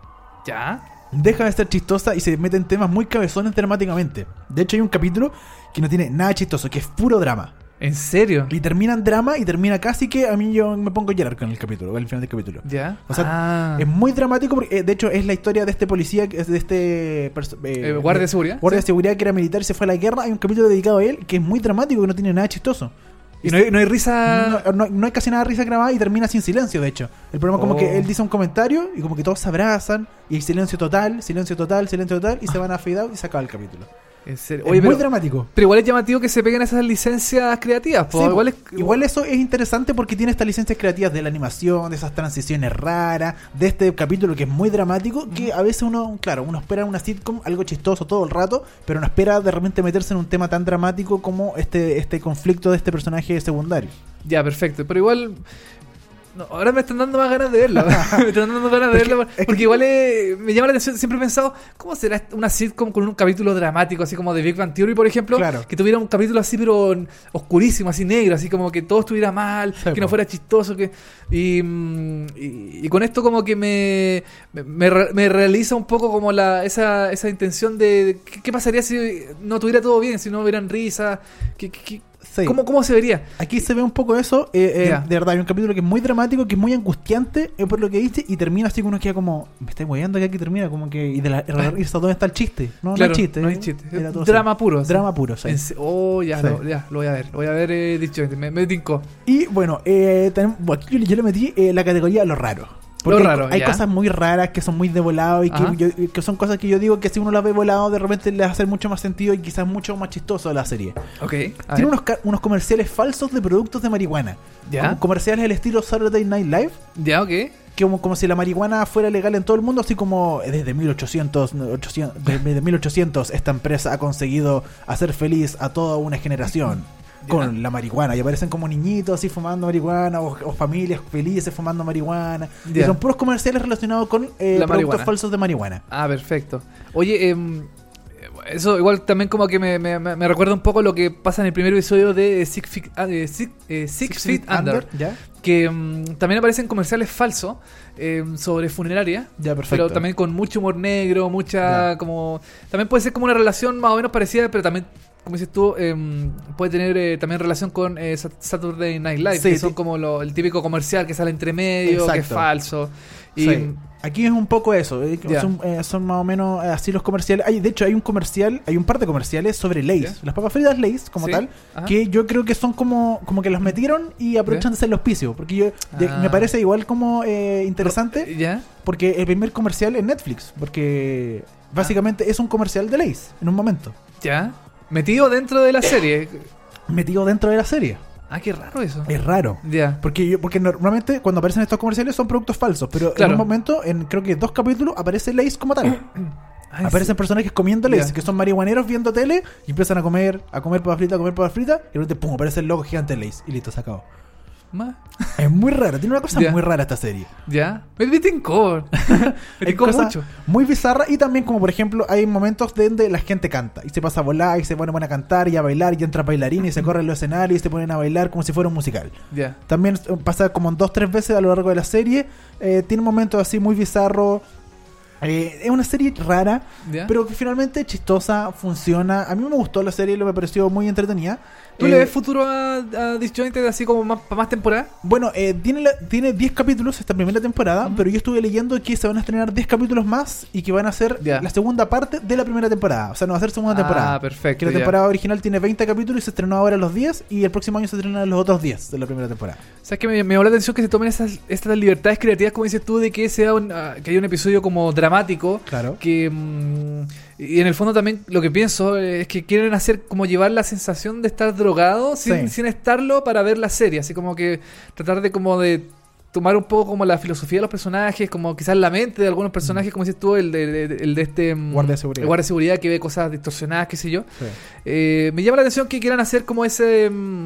Ya. Deja de ser chistosa y se mete en temas muy cabezones dramáticamente. De hecho hay un capítulo que no tiene nada chistoso, que es puro drama. ¿En serio? Y termina en drama y termina casi que a mí yo me pongo a llorar con el capítulo, al final del capítulo. Ya. O sea, ah. es muy dramático porque eh, de hecho es la historia de este policía, que es de este perso- eh, Eh, guardia de seguridad. guardia de ¿Sí? seguridad que era militar y se fue a la guerra. Hay un capítulo dedicado a él que es muy dramático, que no tiene nada chistoso. Y no hay, no hay risa... No, no- no hay casi nada de risa grabada y termina sin silencio, de hecho. El problema es como Oh. que él dice un comentario y como que todos se abrazan y hay silencio total, silencio total, silencio total y se van a fade out y se acaba el capítulo. En serio. Es Oye, muy pero, dramático. pero igual es llamativo que se peguen esas licencias creativas. po. Sí, igual, es, igual eso es interesante porque tiene estas licencias creativas de la animación, de esas transiciones raras, de este capítulo que es muy dramático, que a veces uno, claro, uno espera una sitcom, algo chistoso todo el rato, pero no espera de repente meterse en un tema tan dramático como este, este conflicto de este personaje secundario. Ya, perfecto. Pero igual... no, ahora me están dando más ganas de verlo. me están dando ganas de Es que- verlo. es que- Porque igual eh, me llama la atención. Siempre he pensado, ¿cómo será una sitcom con un capítulo dramático? Así como de Big Bang Theory, por ejemplo. Claro. Que tuviera un capítulo así, pero oscurísimo, así negro. Así como que todo estuviera mal, Sí, que no po. fuera chistoso. que y, mm, y, y con esto como que me, me, me re- me realiza un poco como la esa, esa intención de, de ¿qué, qué pasaría si no tuviera todo bien? Si no hubieran risas. ¿Qué, qué, qué- Sí. ¿Cómo, ¿Cómo se vería? Aquí se ve un poco eso, eh, eh, Ya. de verdad, hay un capítulo que es muy dramático, que es muy angustiante, eh, por lo que dice, y termina así que uno queda como, me estoy moviendo que aquí termina, como que, y de la y risa, ¿dónde está el chiste? No, Claro, no hay chiste. no eh, hay chiste. era todo Drama así. puro. sí. Drama puro, sí. En se- Oh, ya, Sí. lo, ya, lo voy a ver. Lo voy a ver, eh, dicho, me, me tincó. Y bueno, eh, tenemos- bueno, aquí yo, yo le metí eh, la categoría lo raro. Lo hay- raro, hay ya. cosas muy raras que son muy de volado y que, Ajá. yo- que son cosas que yo digo que si uno las ve volado de repente le va a hacer mucho más sentido y quizás mucho más chistoso a la serie. Ok. a Tiene ver. unos, ca- unos comerciales falsos de productos de marihuana. Ya. Como comerciales del estilo Saturday Night Live. Ya, ok. Que como, como si la marihuana fuera legal en todo el mundo, así como desde mil ochocientos, ochocientos, desde mil ochocientos esta empresa ha conseguido hacer feliz a toda una generación con Ya. la marihuana. Y aparecen como niñitos así fumando marihuana o, o familias felices fumando marihuana. Y Ya. son puros comerciales relacionados con eh, La productos marihuana. falsos de marihuana. Ah, perfecto. Oye, em, Eso igual también como que me, me, me recuerda un poco lo que pasa en el primer episodio de Six Feet, eh, Six, eh, Six Six Feet Under, Under ¿ya? Que um, también aparecen comerciales falsos eh, sobre funeraria, ya, perfecto. Pero también con mucho humor negro, mucha ya. como también puede ser como una relación más o menos parecida, pero también como dices tú, eh, puede tener eh, también relación con eh, Saturday Night Live, sí, que son sí. como lo, el típico comercial que sale entre medio, exacto. que es falso. Y sí. Aquí es un poco eso, eh, yeah. son, eh, son más o menos así los comerciales. Hay, de hecho, hay un comercial, hay un par de comerciales sobre Lay's, yeah. las papas fritas Lay's como sí. tal, ajá. que yo creo que son como como que los metieron y aprovechan yeah. de hacer el auspicio, porque yo ah. me parece igual como eh, interesante, yeah. porque el primer comercial es Netflix, porque básicamente ah. es un comercial de Lay's en un momento. Ya, yeah. metido dentro de la serie. Metido dentro de la serie. Ah, qué raro eso. Es raro. Ya. Yeah. Porque yo, porque normalmente cuando aparecen estos comerciales son productos falsos, pero claro. en un momento, en creo que dos capítulos, aparece Lay's como tal. Ay, aparecen sí. personajes comiendo Lay's, yeah. que son marihuaneros viendo tele y empiezan a comer, a comer papas fritas, a comer papas fritas, y de repente pum, aparece el logo gigante de Lay's y listo, se acabó. ¿Más? Es muy raro, tiene una cosa yeah. muy rara esta serie. Ya, me me tincó. Me tincó mucho. Muy bizarra, y también como por ejemplo hay momentos donde la gente canta y se pasa a volar y se ponen a cantar y a bailar y entra bailarines y se corren los escenarios y se ponen a bailar como si fuera un musical. Yeah. También pasa como dos, tres veces a lo largo de la serie. Eh, tiene momentos así muy bizarros. Eh, es una serie rara, yeah. pero que finalmente chistosa, funciona. A mí me gustó la serie, me pareció muy entretenida. ¿Tú eh, le ves futuro a, a Disjointed así como más, para más temporada? Bueno, eh, tiene la, tiene diez capítulos esta primera temporada, uh-huh. pero yo estuve leyendo que se van a estrenar diez capítulos más y que van a ser yeah. la segunda parte de la primera temporada. O sea, no va a ser segunda ah, temporada. Ah, perfecto. Que la temporada yeah. original tiene veinte capítulos y se estrenó ahora los diez, y el próximo año se estrenan los otros diez de la primera temporada. ¿Sabes qué? Me, me llamó la atención que se tomen esas, estas libertades creativas, como dices tú, de que sea un, uh, que haya un episodio como dramático. Claro. Que mmm, y en el fondo también lo que pienso es que quieren hacer como llevar la sensación de estar drogado sin, sí. sin estarlo para ver la serie, así como que tratar de como de tomar un poco como la filosofía de los personajes, como quizás la mente de algunos personajes, mm. como dices tú, el de, de, el de este guardia de seguridad, el guardia de seguridad que ve cosas distorsionadas, qué sé yo. Sí. Eh, me llama la atención que quieran hacer como ese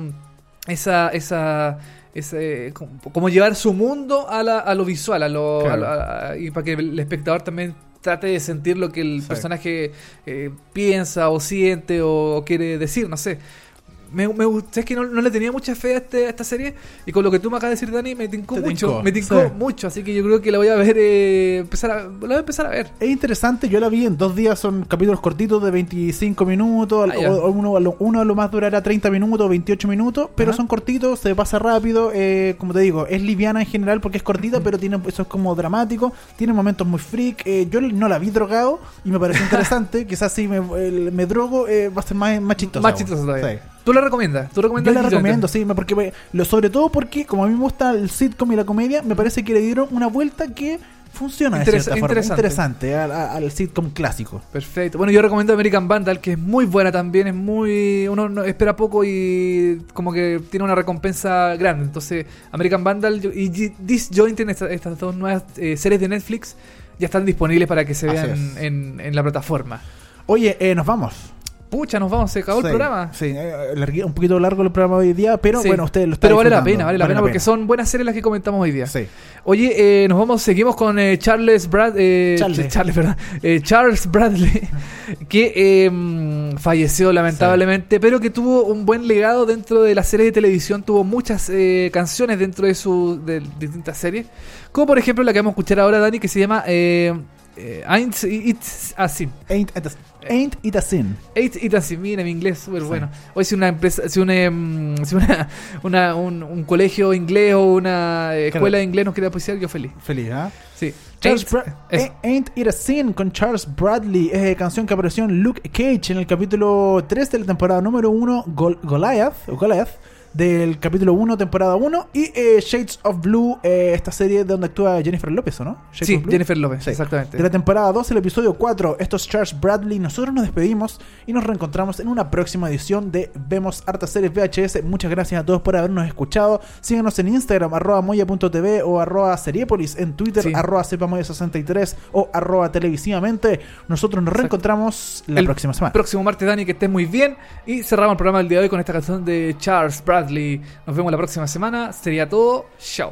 esa esa ese como, como llevar su mundo a, la, a lo visual, a lo, claro. a, a, a, y para que el espectador también trate de sentir lo que el sí. personaje eh, piensa o siente o, o quiere decir, no sé. Me, me es que no, no le tenía mucha fe a, este, a esta serie, y con lo que tú me acabas de decir, Dani, me tincó Te mucho, tincó. me tincó sí. mucho, así que yo creo que la voy a ver, eh, empezar a, la voy a empezar a ver. Es interesante, yo la vi en dos días, son capítulos cortitos de veinticinco minutos, ah, o, o uno, uno a lo más durará treinta minutos, veintiocho minutos, pero ajá. son cortitos, se pasa rápido, eh, como te digo, es liviana en general porque es cortita, pero tiene eso es como dramático, tiene momentos muy freak. Eh, yo no la vi drogado y me pareció interesante, quizás si me, el, me drogo eh, va a ser más, más chistoso. Más chistoso todavía. Sí. ¿Tú la recomiendas? ¿Tú recomiendas? Yo la recomiendo, sí, porque lo, sobre todo porque como a mí me gusta el sitcom y la comedia, me parece que le dieron una vuelta que funciona Interes- de cierta forma, interesante, interesante al, al sitcom clásico. Perfecto. Bueno, yo recomiendo American Vandal, que es muy buena también, es muy, uno no, espera poco y como que tiene una recompensa grande. Entonces, American Vandal y Disjointed, estas, estas dos nuevas eh, series de Netflix ya están disponibles para que se vean en, en la plataforma. Oye, eh, nos vamos. Pucha, nos vamos, se acabó sí, el programa. Sí, eh, un poquito largo el programa hoy día, pero sí. bueno, ustedes lo están Pero vale la pena, vale la vale pena, la porque pena. Son buenas series las que comentamos hoy día. Sí. Oye, eh, nos vamos, seguimos con eh, Charles Brad, eh, Charles. Charles, perdón, eh, Charles Bradley, que eh, falleció lamentablemente, sí. pero que tuvo un buen legado dentro de la serie de televisión, tuvo muchas eh, canciones dentro de sus de distintas series, como por ejemplo la que vamos a escuchar ahora, Dani, que se llama eh, eh, Ain't It's a Sin. Ain't It a Sin. Ain't It a Sin. Ain't It a Sin, mira, mi inglés súper sí. bueno. Hoy si una empresa, si, una, um, si una, una un, un colegio inglés o una escuela claro. de inglés nos quiere apoyar, yo feliz. Feliz, ¿ah? ¿eh? Sí. Charles Bra- es, Ain't It a Sin con Charles Bradley, es canción que apareció en Luke Cage en el capítulo tres de la temporada número uno, Gol- Goliath, o Goliath, del capítulo uno, temporada uno, y eh, Shades of Blue, eh, esta serie donde actúa Jennifer López, ¿o no? Shades sí, Jennifer López, sí. exactamente. De la temporada dos, el episodio cuatro, esto es Charles Bradley. Nosotros nos despedimos y nos reencontramos en una próxima edición de Vemos Hartas Series V H S. Muchas gracias a todos por habernos escuchado. Síganos en Instagram, arroba moya punto t v o arroba seriepolis, en Twitter, sí. arroba sepamoya sesenta y tres o arroba televisivamente. Nosotros nos Exacto. reencontramos la el próxima semana. Próximo martes, Dani, que estés muy bien. Y cerramos el programa del día de hoy con esta canción de Charles Bradley. Nos vemos la próxima semana. Sería todo. Chao.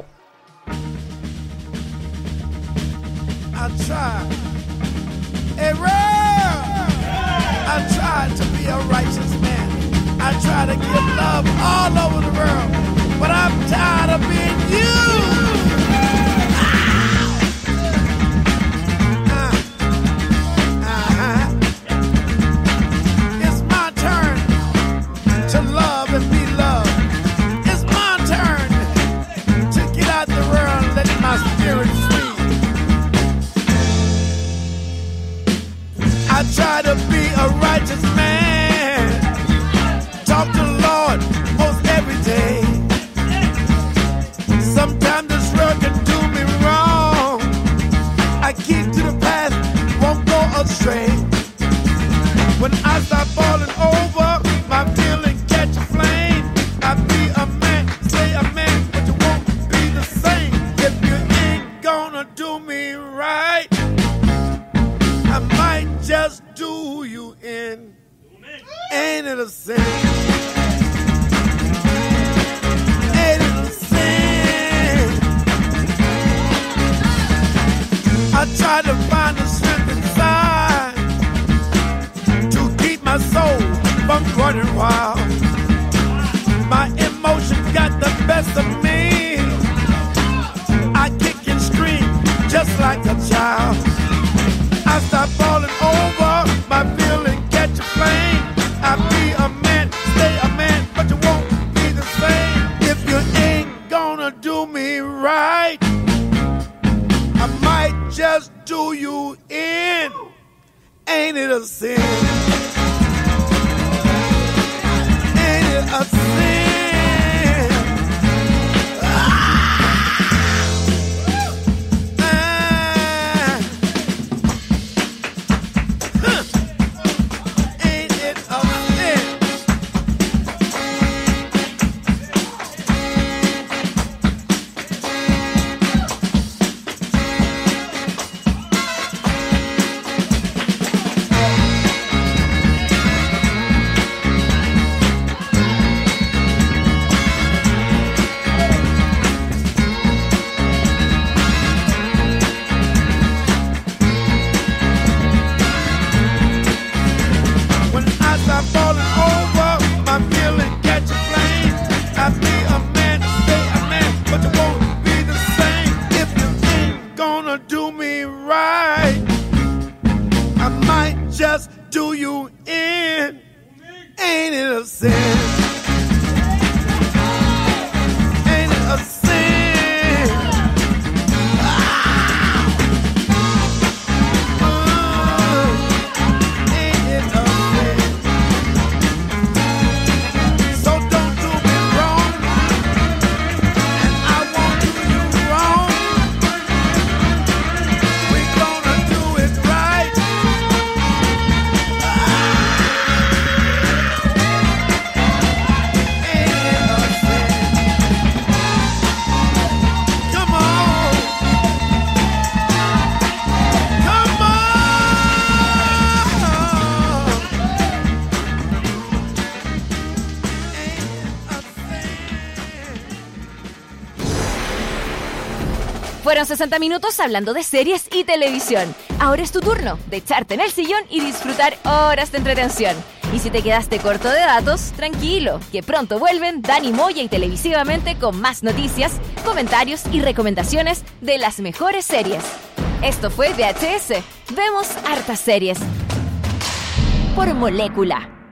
I I try to be a righteous man. I try to give love all over the world, but I'm tired of being you. I try to be a righteous man. Talk to the Lord most every day. Sometimes this world can do me wrong. I keep to the path, won't go astray. When I start falling over, my feeling catch a flame. I be a man, stay a man, but you won't be the same. If you ain't gonna do me right, I might just do you in. Ain't it a sin? Ain't it a sin? I try to find the strength inside to keep my soul from running wild. My emotions got the best of me. I kick and scream just like a child. I stop falling over, my feeling catch a flame. I be a man, stay a man, but you won't be the same. If you ain't gonna do me right, I might just do you in. Ain't it a sin? Ain't it a sin? Fueron sesenta minutos hablando de series y televisión. Ahora es tu turno de echarte en el sillón y disfrutar horas de entretención. Y si te quedaste corto de datos, tranquilo, que pronto vuelven Dani Moya y Televisivamente con más noticias, comentarios y recomendaciones de las mejores series. Esto fue V H S. Vemos hartas series. Por Molécula.